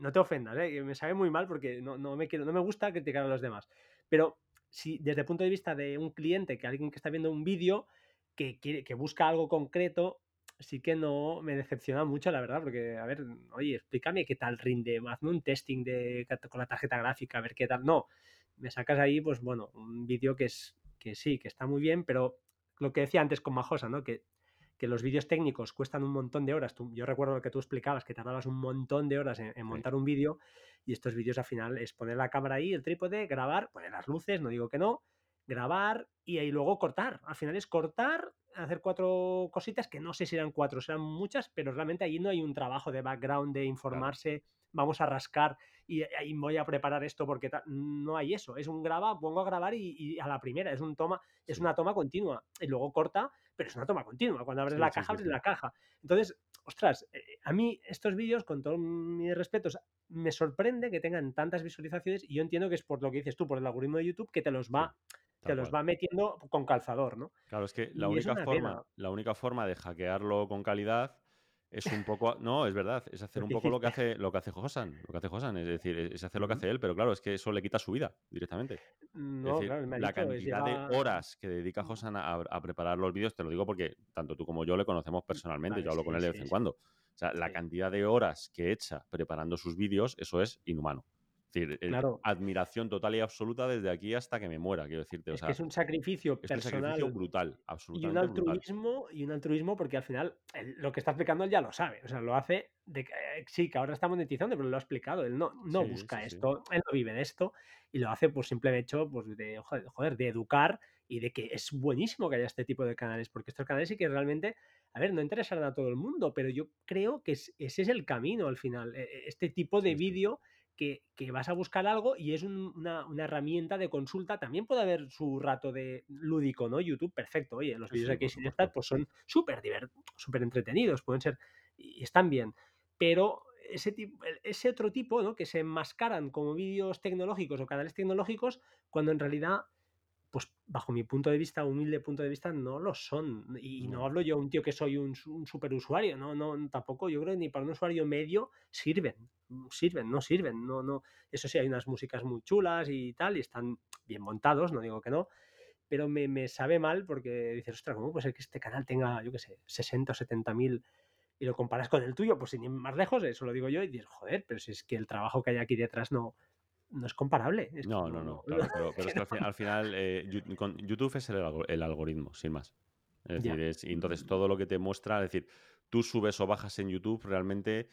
no te ofendas, ¿eh? Que me sabe muy mal porque no, no, me quiero, no me gusta criticar a los demás. Pero si desde el punto de vista de un cliente, que alguien que está viendo un vídeo, que, quiere, que busca algo concreto, sí que no me decepciona mucho, la verdad, porque, a ver, oye, explícame qué tal rinde, hazme un testing de, con la tarjeta gráfica, a ver qué tal. No, me sacas ahí, pues bueno, un vídeo que es que sí, que está muy bien, pero lo que decía antes con Majosa, ¿no? Que, que los vídeos técnicos cuestan un montón de horas. Tú, yo recuerdo lo que tú explicabas, que tardabas un montón de horas en, en Sí, montar un vídeo, y estos vídeos al final es poner la cámara ahí, el trípode, grabar, poner las luces, no digo que no, grabar y ahí luego cortar. Al final es cortar, hacer cuatro cositas que no sé si eran cuatro, serán muchas, pero realmente allí no hay un trabajo de background, de claro. informarse, vamos a rascar y, y voy a preparar esto porque no hay eso. Es un graba, pongo a grabar y, y a la primera, es, un toma, es Sí, una toma continua. Y luego corta, pero es una toma continua. Cuando abres sí, la sí, caja, sí, abres sí. la caja. Entonces, ostras, eh, a mí estos vídeos, con todos mis respetos, me sorprende que tengan tantas visualizaciones y yo entiendo que es por lo que dices tú, por el algoritmo de YouTube que te los Sí, va, te tal los cual. va metiendo con calzador, ¿no? Claro, es que la Y es única una pena. forma, la única forma de hackearlo con calidad es un poco, no, es verdad, es hacer Lo un que poco lo que hiciste. hace, lo que hace Hosan, lo que hace Hosan, es decir, es hacer lo que Ujú. hace él, pero claro, es que eso le quita su vida directamente. Es No, decir, claro, él me ha la dicho, es cantidad de lleva. horas que dedica Hosan a, a preparar los vídeos, te lo digo porque tanto tú como yo le conocemos personalmente, Vale, yo hablo con sí, él de vez sí, en sí. cuando. O sea, la Sí. cantidad de horas que echa preparando sus vídeos, eso es inhumano. Es decir, eh, Claro, admiración total y absoluta desde aquí hasta que me muera, quiero decirte. O es que sea, es un sacrificio es un sacrificio personal brutal, y un absolutamente brutal. altruismo, y un altruismo porque al final él, lo que está explicando él ya lo sabe, o sea, lo hace de que eh, sí, que ahora está monetizando, pero lo ha explicado, él no, no Sí, sí, busca sí. esto, él no vive de esto y lo hace por simple hecho pues, de, joder, joder, de educar y de que es buenísimo que haya este tipo de canales, porque estos canales sí que realmente, a ver, no interesarán a todo el mundo, pero yo creo que es, ese es el camino al final, e- e- este tipo de Sí, sí. vídeo que, que, vas a buscar algo y es un, una, una, herramienta de consulta. También puede haber su rato de lúdico, ¿no? YouTube, perfecto. Oye, los Sí, vídeos sí, de por Casey supuesto. Neistat pues son súper súper entretenidos, pueden ser y están bien. Pero ese, tipo, ese otro tipo, ¿no? Que se enmascaran como vídeos tecnológicos o canales tecnológicos, cuando en realidad pues bajo mi punto de vista, humilde punto de vista, no lo son. Y no No. hablo yo un tío que soy un, un superusuario, no, no, tampoco, yo creo que ni para un usuario medio sirven, sirven, no sirven, no, no. Eso sí, hay unas músicas muy chulas y tal, y están bien montados, no digo que no, pero me, me sabe mal porque dices, ostras, ¿cómo puede ser que este canal tenga, yo qué sé, sesenta o setenta mil y lo comparas con el tuyo? Pues sin ir más lejos, eso lo digo yo, y dices, joder, pero si es que el trabajo que hay aquí detrás no, no es comparable, es que No, no, no, no, no, no, claro, pero, pero es que que no. al, fin- al final eh, Yu- con YouTube es el, algo- el algoritmo, sin más. Es decir, Ya. es, y entonces todo lo que te muestra, es decir, tú subes o bajas en YouTube realmente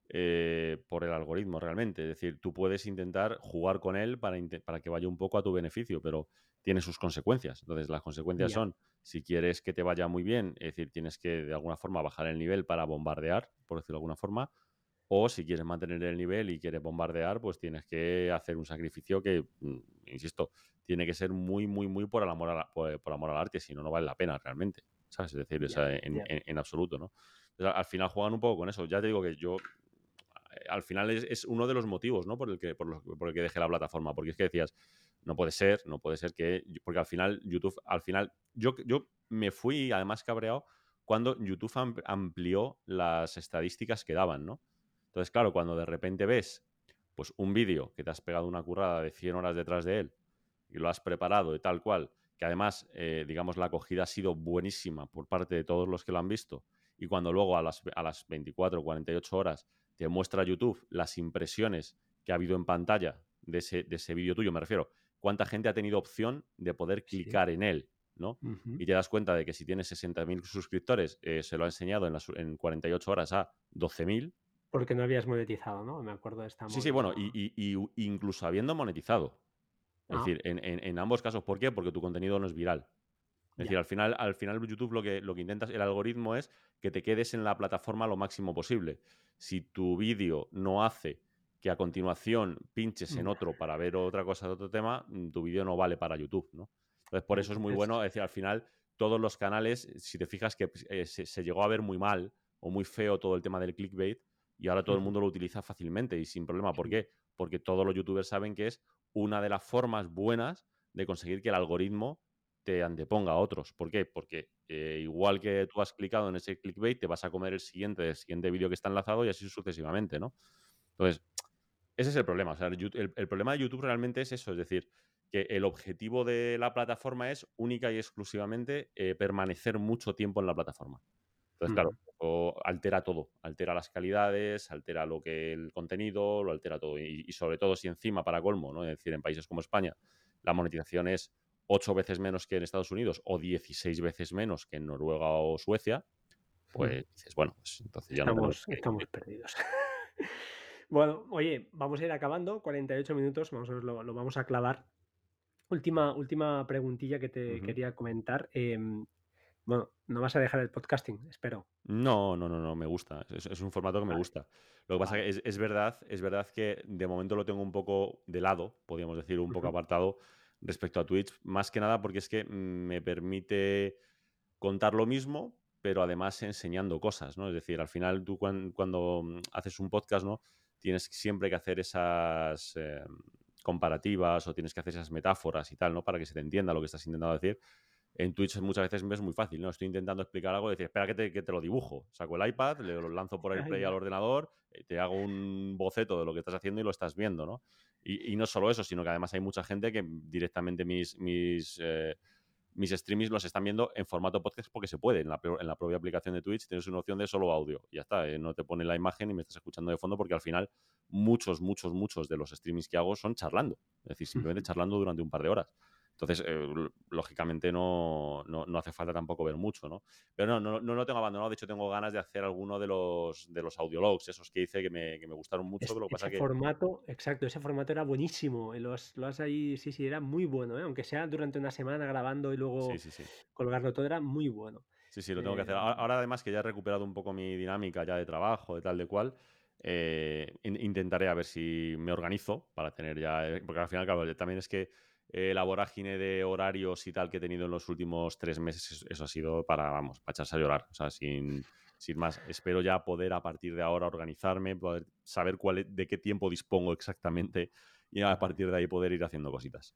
eh, por el algoritmo, realmente. Es decir, tú puedes intentar jugar con él para, inte- para que vaya un poco a tu beneficio, pero tiene sus consecuencias. Entonces, las consecuencias Ya. son, si quieres que te vaya muy bien, es decir, tienes que de alguna forma bajar el nivel para bombardear, por decirlo de alguna forma, o si quieres mantener el nivel y quieres bombardear, pues tienes que hacer un sacrificio que, mm, insisto, tiene que ser muy, muy, muy por el amor, a la- por, por amor al arte, si no, no vale la pena realmente, ¿sabes? Es decir, o Ya, sea, en, ya. en- en absoluto, ¿no? Entonces, al final juegan un poco con eso. Ya te digo que yo, eh, al final es, es uno de los motivos, ¿no? Por el, que, por, los- por el que dejé la plataforma, porque es que decías, no puede ser, no puede ser que, porque al final YouTube, al final, yo, yo me fui además cabreado cuando YouTube am- amplió las estadísticas que daban, ¿no? Entonces, claro, cuando de repente ves pues un vídeo que te has pegado una currada de cien horas detrás de él y lo has preparado y tal cual, que además, eh, digamos, la acogida ha sido buenísima por parte de todos los que lo han visto, y cuando luego a las, a las veinticuatro o cuarenta y ocho horas te muestra YouTube las impresiones que ha habido en pantalla de ese, de ese vídeo tuyo, me refiero, cuánta gente ha tenido opción de poder Sí. clicar en él, ¿no? Ujú. Y te das cuenta de que si tienes sesenta mil suscriptores, eh, se lo ha enseñado en, las, en cuarenta y ocho horas a doce mil. Porque no habías monetizado, ¿no? Me acuerdo de esta Sí, sí, bueno, movida. y, y- y incluso habiendo monetizado. Es Ah, decir, en, en- en ambos casos, ¿por qué? Porque tu contenido no es viral. Es decir, ya. al final, al final YouTube lo que, lo que intentas, el algoritmo es que te quedes en la plataforma lo máximo posible. Si tu vídeo no hace que a continuación pinches en Ya. otro para ver otra cosa de otro tema, mm, tu vídeo no vale para YouTube, ¿no? Entonces, por eso es muy Entonces, bueno, es decir, al final, todos los canales, si te fijas que eh, se, se llegó a ver muy mal o muy feo todo el tema del clickbait, y ahora todo el ujú, mundo lo utiliza fácilmente y sin problema. ¿Por sí. qué? Porque todos los youtubers saben que es una de las formas buenas de conseguir que el algoritmo te anteponga a otros. ¿Por qué? Porque eh, igual que tú has clicado en ese clickbait, te vas a comer el siguiente, el siguiente vídeo que está enlazado y así sucesivamente, ¿no? Entonces, Ese es el problema. O sea, el, Yu- el- el problema de YouTube realmente es eso. Es decir, que el objetivo de la plataforma es única y exclusivamente eh, permanecer mucho tiempo en la plataforma. Entonces, claro, Ujú. o altera todo. Altera las calidades, altera lo que el contenido, lo altera todo. Y, y sobre todo si encima, para colmo, ¿no? Es decir, en países como España, la monetización es ocho veces menos que en Estados Unidos o dieciséis veces menos que en Noruega o Suecia, Ujú. pues dices, bueno, pues entonces ya no tenemos Estamos, que estamos vivir. perdidos. Bueno, oye, vamos a ir acabando, cuarenta y ocho minutos, vamos a ver, lo, lo vamos a clavar. Última, última preguntilla que te Ujú. quería comentar. em, bueno, no vas a dejar el podcasting, espero. No, no, no, no, me gusta. Es, es un formato que me Vale, gusta. Lo que pasa vale. que es, es verdad, es verdad que de momento lo tengo un poco de lado, podríamos decir, un poco Ujú. apartado respecto a Twitch, más que nada porque es que mm, me permite contar lo mismo, pero además enseñando cosas, ¿no? Es decir, al final tú cuan- cuando mm, haces un podcast, ¿no? Tienes siempre que hacer esas eh, comparativas o tienes que hacer esas metáforas y tal, ¿no? Para que se te entienda lo que estás intentando decir. En Twitch muchas veces es muy fácil, ¿no? Estoy intentando explicar algo y decir, espera que te, que te lo dibujo. Saco el iPad, le lo lanzo por el Ay, play al ya. ordenador, eh, te hago un boceto de lo que estás haciendo y lo estás viendo, ¿no? Y, y no solo eso, sino que además hay mucha gente que directamente mis, mis, eh, mis streamings los están viendo en formato podcast porque se puede. En la, en la propia aplicación de Twitch tienes una opción de solo audio. Y ya está, eh, no te pone la imagen y me estás escuchando de fondo porque al final muchos, muchos, muchos de los streamings que hago son charlando. Es decir, simplemente Ujú. charlando durante un par de horas. Entonces, eh, lógicamente no, no, no, hace falta tampoco ver mucho, ¿no? Pero no, no, no lo tengo abandonado. De hecho, tengo ganas de hacer alguno de los, de los audiologs, esos que hice que me, que me gustaron mucho. Es- Pero lo que pasa ese que... formato, exacto, ese formato era buenísimo. y Lo has, lo has ahí, sí, sí, era muy bueno, ¿eh? Aunque sea durante una semana grabando y Sí, luego sí, sí. colgarlo todo, era muy bueno. Sí, sí, lo tengo que Eh, hacer. Ahora, ahora además que ya he recuperado un poco mi dinámica ya de trabajo, de tal, de cual, eh, in- intentaré a ver si me organizo para tener ya... eh, Porque al final, claro, también es que eh, la vorágine de horarios y tal que he tenido en los últimos tres meses, eso, eso ha sido para, vamos, para echarse a llorar. O sea, sin, sin más. Espero ya poder a partir de ahora organizarme, poder saber cuál, es- de qué tiempo dispongo exactamente y a ujú. partir de ahí poder ir haciendo cositas.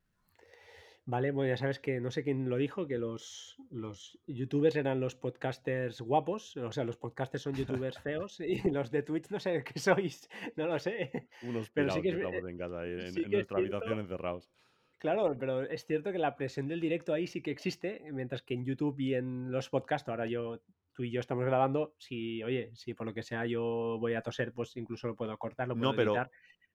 Vale, bueno, ya sabes que no sé quién lo dijo, que los, los youtubers eran los podcasters guapos, o sea, los podcasters son youtubers feos y los de Twitch no sé qué sois, no lo sé, Unos pero sí pirados que que es, estamos eh, en casa ahí, en, sí en que es nuestra habitación cierto. encerrados. Claro, pero es cierto que la presión del directo ahí sí que existe, mientras que en YouTube y en los podcasts, ahora yo, tú y yo estamos grabando, si, oye, si por lo que sea yo voy a toser, pues incluso lo puedo cortar, lo puedo No, pero editar.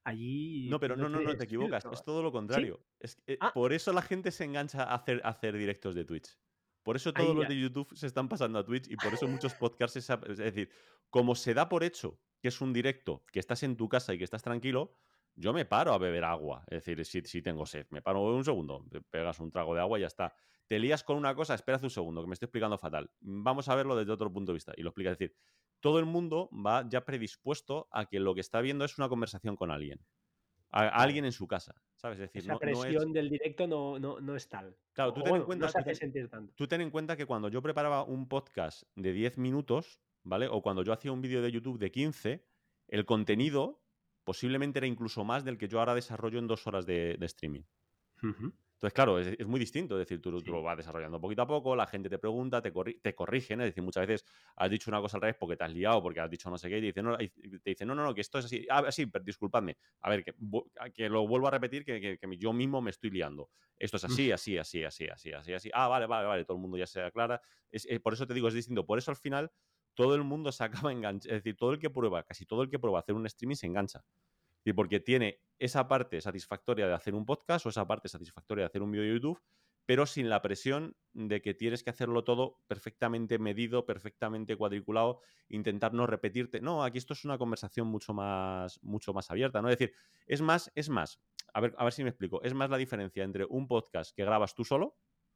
Allí No, pero no no, no, no, te tienes equivocas. Es filtro. todo lo ¿Sí? contrario. Es que, eh, Ah, por eso la gente se engancha a hacer, a hacer directos de Twitch. Por eso todos ahí los ya. de YouTube se están pasando a Twitch y por eso muchos podcasts... Es, es decir, como se da por hecho que es un directo, que estás en tu casa y que estás tranquilo, yo me paro a beber agua. Es decir, si, si tengo sed, me paro un segundo, te pegas un trago de agua y ya está. Te lías con una cosa, espérate un segundo, que me estoy explicando fatal. Vamos a verlo desde otro punto de vista. Y lo explica. Es decir, todo el mundo va ya predispuesto a que lo que está viendo es una conversación con alguien a, a Vale. alguien en su casa, ¿sabes? Es decir, Esa no, no es... presión del directo no, no, no es tal. Claro, O, tú o ten en bueno, no cuenta, se tú hace ten, sentir tanto. tú ten en cuenta que cuando yo preparaba un podcast de diez minutos, ¿vale? O cuando yo hacía un vídeo de YouTube de quince, el contenido posiblemente era incluso más del que yo ahora desarrollo en dos horas de, de streaming. Ujú. Entonces, claro, es, es muy distinto. Es decir, tú, tú lo Sí. vas desarrollando poquito a poco, la gente te pregunta, te, corri- te corrigen. Es decir, muchas veces has dicho una cosa al revés porque te has liado, porque has dicho no sé qué, y te dicen, no, y te dicen, no, no, no, que esto es así. Ah, sí, pero disculpadme. A ver, que, vu- que lo vuelvo a repetir, que, que- que yo mismo me estoy liando. Esto es así, así, así, así, así, así, así. Ah, vale, vale, vale. Todo el mundo ya se aclara. Es, eh, por eso te digo, es distinto. Por eso al final todo el mundo se acaba enganchando. Es decir, todo el que prueba, casi todo el que prueba hacer un streaming se engancha. Y porque tiene esa parte satisfactoria de hacer un podcast o esa parte satisfactoria de hacer un vídeo de YouTube, pero sin la presión de que tienes que hacerlo todo perfectamente medido, perfectamente cuadriculado, intentar no repetirte. No, aquí esto es una conversación mucho más, mucho más abierta, ¿no? Es decir, es más, es más, a ver, a ver si me explico, es más la diferencia entre un podcast que grabas tú solo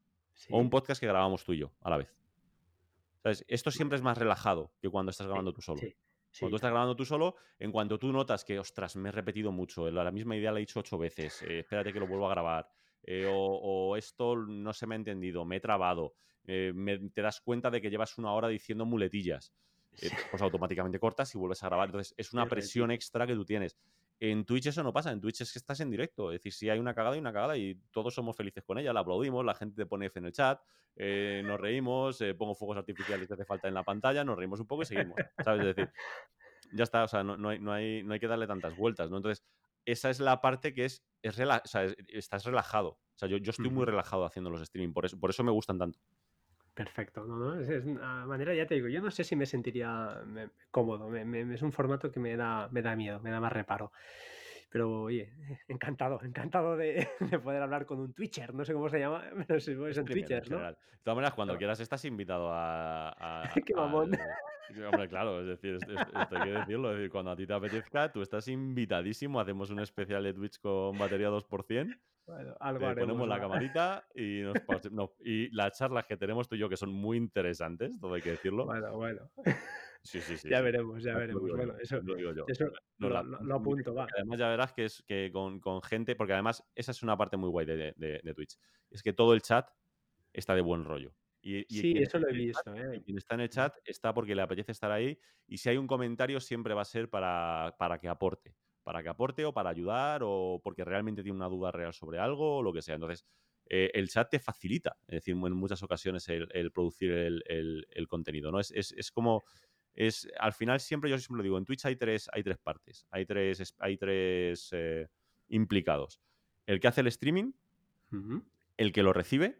o un Sí. podcast que grabamos tú y yo a la vez. ¿Sabes? Esto siempre Vale. es más relajado que cuando estás Sí, grabando tú solo. sí, Cuando tú sí. estás grabando tú solo, en cuanto tú notas que, ostras, me he repetido mucho, la misma idea la he dicho ocho veces, eh, espérate que lo vuelvo a grabar, eh, o, o, esto no se me ha entendido, me he trabado, eh, me, te das cuenta de que llevas una hora diciendo muletillas, eh, Sí. pues automáticamente cortas y vuelves a grabar. Entonces, es Y una presión repites. extra que tú tienes. En Twitch eso no pasa, en Twitch es que estás en directo, es decir, si hay una cagada, hay una cagada y todos somos felices con ella, la aplaudimos, la gente te pone F en el chat, eh, nos reímos, eh, pongo fuegos artificiales que hace falta en la pantalla, nos reímos un poco y seguimos, ¿sabes? Es decir, ya está, o sea, no, no, hay, no, hay, no hay que darle tantas vueltas, ¿no? Entonces, esa es la parte que es, es, rela o sea, es estás relajado. O sea, yo, yo estoy muy Ujú. relajado haciendo los streaming, por eso, por eso me gustan tanto. Perfecto, no, no, es, es una manera, ya te digo, yo no sé si me sentiría me- cómodo, me- me- es un formato que me da, me da miedo, me da más reparo. Pero oye, encantado, encantado de, de poder hablar con un Twitcher, no sé cómo se llama, pero si es en Streamer en Twitcher, ¿no? general. De todas maneras, cuando No, quieras estás invitado a, a- qué mamón. al... Hombre, claro, es decir, esto, esto- esto hay que decirlo, es decir, cuando a ti te apetezca, tú estás invitadísimo, hacemos un especial de Twitch con batería dos por ciento, Bueno, algo te haremos, ponemos la va. camarita y, nos, pase- no, y las charlas que tenemos tú y yo, que son muy interesantes, todo hay que decirlo. Bueno, bueno. Sí, sí, sí, Ya sí. veremos, ya No te lo veremos. digo yo, Bueno, eso, no te lo digo yo. eso Nos lo, la lo- pasamos lo en apunto, directo va. y además ya verás que es que con, con gente, porque además esa es una parte muy guay de, de- de Twitch, es que todo el chat está de buen rollo. Y, y Sí, quien está eso lo he en el chat, visto, y ¿eh? quien está en el Ujú. chat está porque le apetece estar ahí. Y si hay un comentario, siempre va a ser para, para que aporte. Para que aporte o para ayudar o porque realmente tiene una duda real sobre algo o lo que sea. Entonces, eh, el chat te facilita, es decir, en muchas ocasiones el, el producir el, el- el contenido, ¿no? Es, es- es como, es, al final siempre, yo siempre lo digo, en Twitch hay tres, hay tres partes, hay tres, es- hay tres eh, implicados. El que hace el streaming, Ujú. el que lo recibe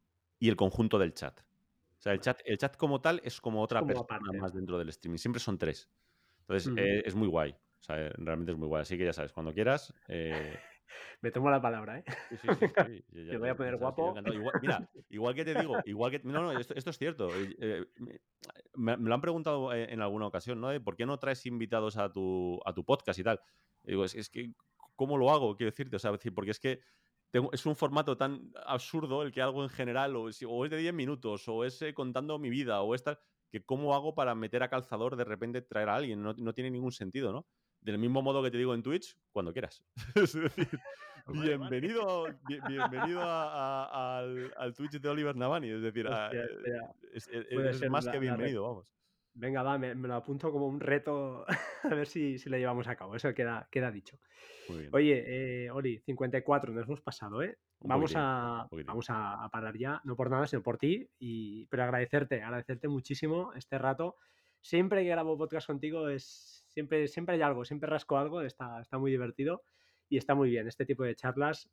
y el conjunto del chat. O sea, el Vale. chat, el chat como tal es como Es otra como persona aparte. más dentro del streaming. Siempre son tres. Entonces, Ujú. eh, es muy guay. O sea, eh, realmente es muy guay. Así que ya sabes, cuando quieras. eh, Me tomo la palabra, ¿eh? Sí, sí, sí, sí, Venga, sí. Ya, me ya- voy a ya poner sabes que yo guapo. encantado. Igual, mira, igual que te digo, igual que. No, no, esto, esto es cierto. eh, eh, me, me- me lo han preguntado eh, en alguna ocasión, ¿no? De ¿por qué no traes invitados a tu, a tu podcast y tal? Y digo, es, es que, ¿cómo lo hago? Quiero decirte, o sea, decir, porque es que tengo- es un formato tan absurdo el que hago en general, o, es o es de diez minutos, o es eh, contando mi vida, o es tal, que ¿cómo hago para meter a calzador de repente traer a alguien? No, no tiene ningún sentido, ¿no? Del mismo modo que te digo en Twitch, cuando quieras. Es decir, Vale, vale. bienvenido, bien- bienvenido a- a- al, al Twitch de Oliver Navani. Es decir, a- Hostia, hostia, es- es- puede eres ser más la, que la rep. bienvenido, vamos. Venga, va, me, me lo apunto como un reto a ver si, si lo llevamos a cabo. Eso queda, queda dicho. Muy bien. Oye, eh, Oli, cincuenta y cuatro, nos hemos pasado, ¿eh? Un Vamos poquitín, a, un poquitín. vamos a, a parar ya, no por nada, sino por ti, y, pero agradecerte, agradecerte muchísimo este rato. Siempre que grabo podcast contigo es siempre, siempre hay algo, siempre rasco algo, está, está muy divertido y está muy bien. Este tipo de charlas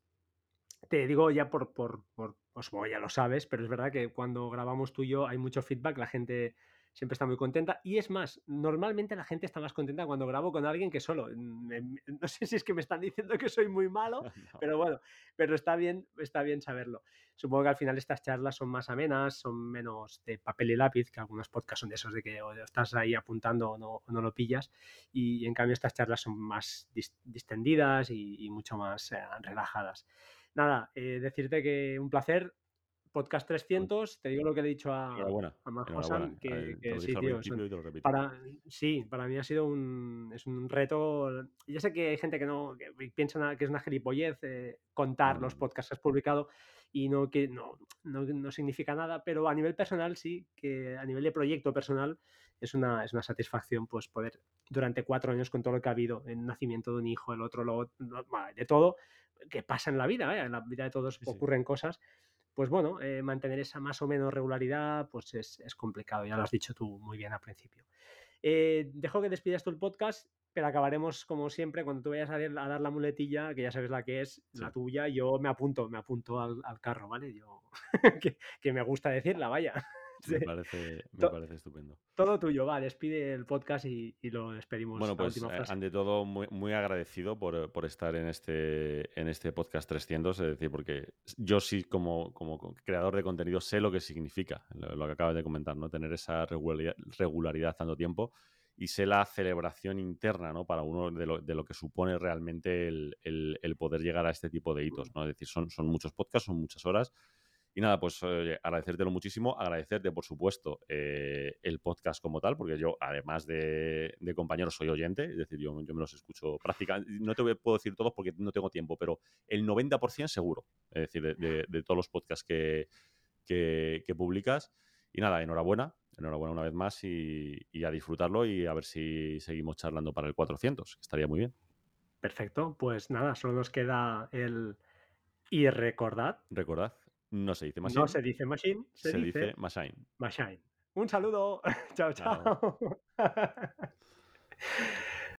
te digo ya por, por, por, pues bueno, ya lo sabes, pero es verdad que cuando grabamos tú y yo hay mucho feedback, la gente siempre está muy contenta. Y es más, normalmente la gente está más contenta cuando grabo con alguien que solo. Me- me- No sé si es que me están diciendo que soy muy malo, No. pero bueno, pero está bien, está bien saberlo. Supongo que al final estas charlas son más amenas, son menos de papel y lápiz, que algunos podcasts son de esos de que o estás ahí apuntando o no, o no lo pillas. Y, y en cambio estas charlas son más dis- distendidas y, y mucho más eh, relajadas. Nada, eh, decirte que un placer. Podcast trescientos, te digo lo que le he dicho a, Enhorabuena, a enhorabuena. Majosan, que, Eh, Te que lo dije sí, al tío, son- principio y te lo repito. para, sí, para mí ha sido un, es un reto. Ya sé que hay gente que no, que piensa na- que es una gilipollez eh, contar No, no, los no. podcasts que has publicado y no, que no, no, no significa nada, pero a nivel personal sí, que a nivel de proyecto personal es una, es una satisfacción pues poder durante cuatro años con todo lo que ha habido, el nacimiento de un hijo, el otro, lo, lo- de todo, que pasa en la vida, ¿eh? En la vida de todos Sí, sí. ocurren cosas, pues bueno, eh, mantener esa más o menos regularidad pues es, es, complicado, ya lo has dicho tú muy bien al principio. Eh, dejo que despidas tú el podcast, pero acabaremos como siempre, cuando tú vayas a, a dar la muletilla, que ya sabes la que es, Sí. la tuya, yo me apunto, me apunto al, al carro, ¿vale? Yo, que, que me gusta decirla, vaya. Sí. Me parece, me To- parece estupendo. todo tuyo, va, despide el podcast y, y lo despedimos Bueno, la pues última eh, frase. ante todo, muy, muy agradecido por, por estar en este, en este podcast trescientos, es decir, porque yo sí, como, como creador de contenido, sé lo que significa, lo, lo que acabas de comentar, ¿no? Tener esa regularidad, regularidad tanto tiempo y sé la celebración interna, ¿no? Para uno de lo, de lo que supone realmente el, el- el poder llegar a este tipo de hitos, ¿no? Es decir, son, son muchos podcasts, son muchas horas. Y nada, pues oye, agradecértelo muchísimo, agradecerte, por supuesto, eh, el podcast como tal, porque yo, además de, de compañero, soy oyente, es decir, yo, yo me los escucho prácticamente, no te puedo decir todos porque no tengo tiempo, pero el noventa por ciento seguro, es decir, de, de- de todos los podcasts que, que, que publicas. Y nada, enhorabuena, enhorabuena una vez más y, y a disfrutarlo y a ver si seguimos charlando para el cuatrocientos, que estaría muy bien. Perfecto, pues nada, solo nos queda el... Y recordad, Recordad, no se dice no machine, se dice machine, se se dice dice machine. machine. Un saludo. Chao, Chao. chao.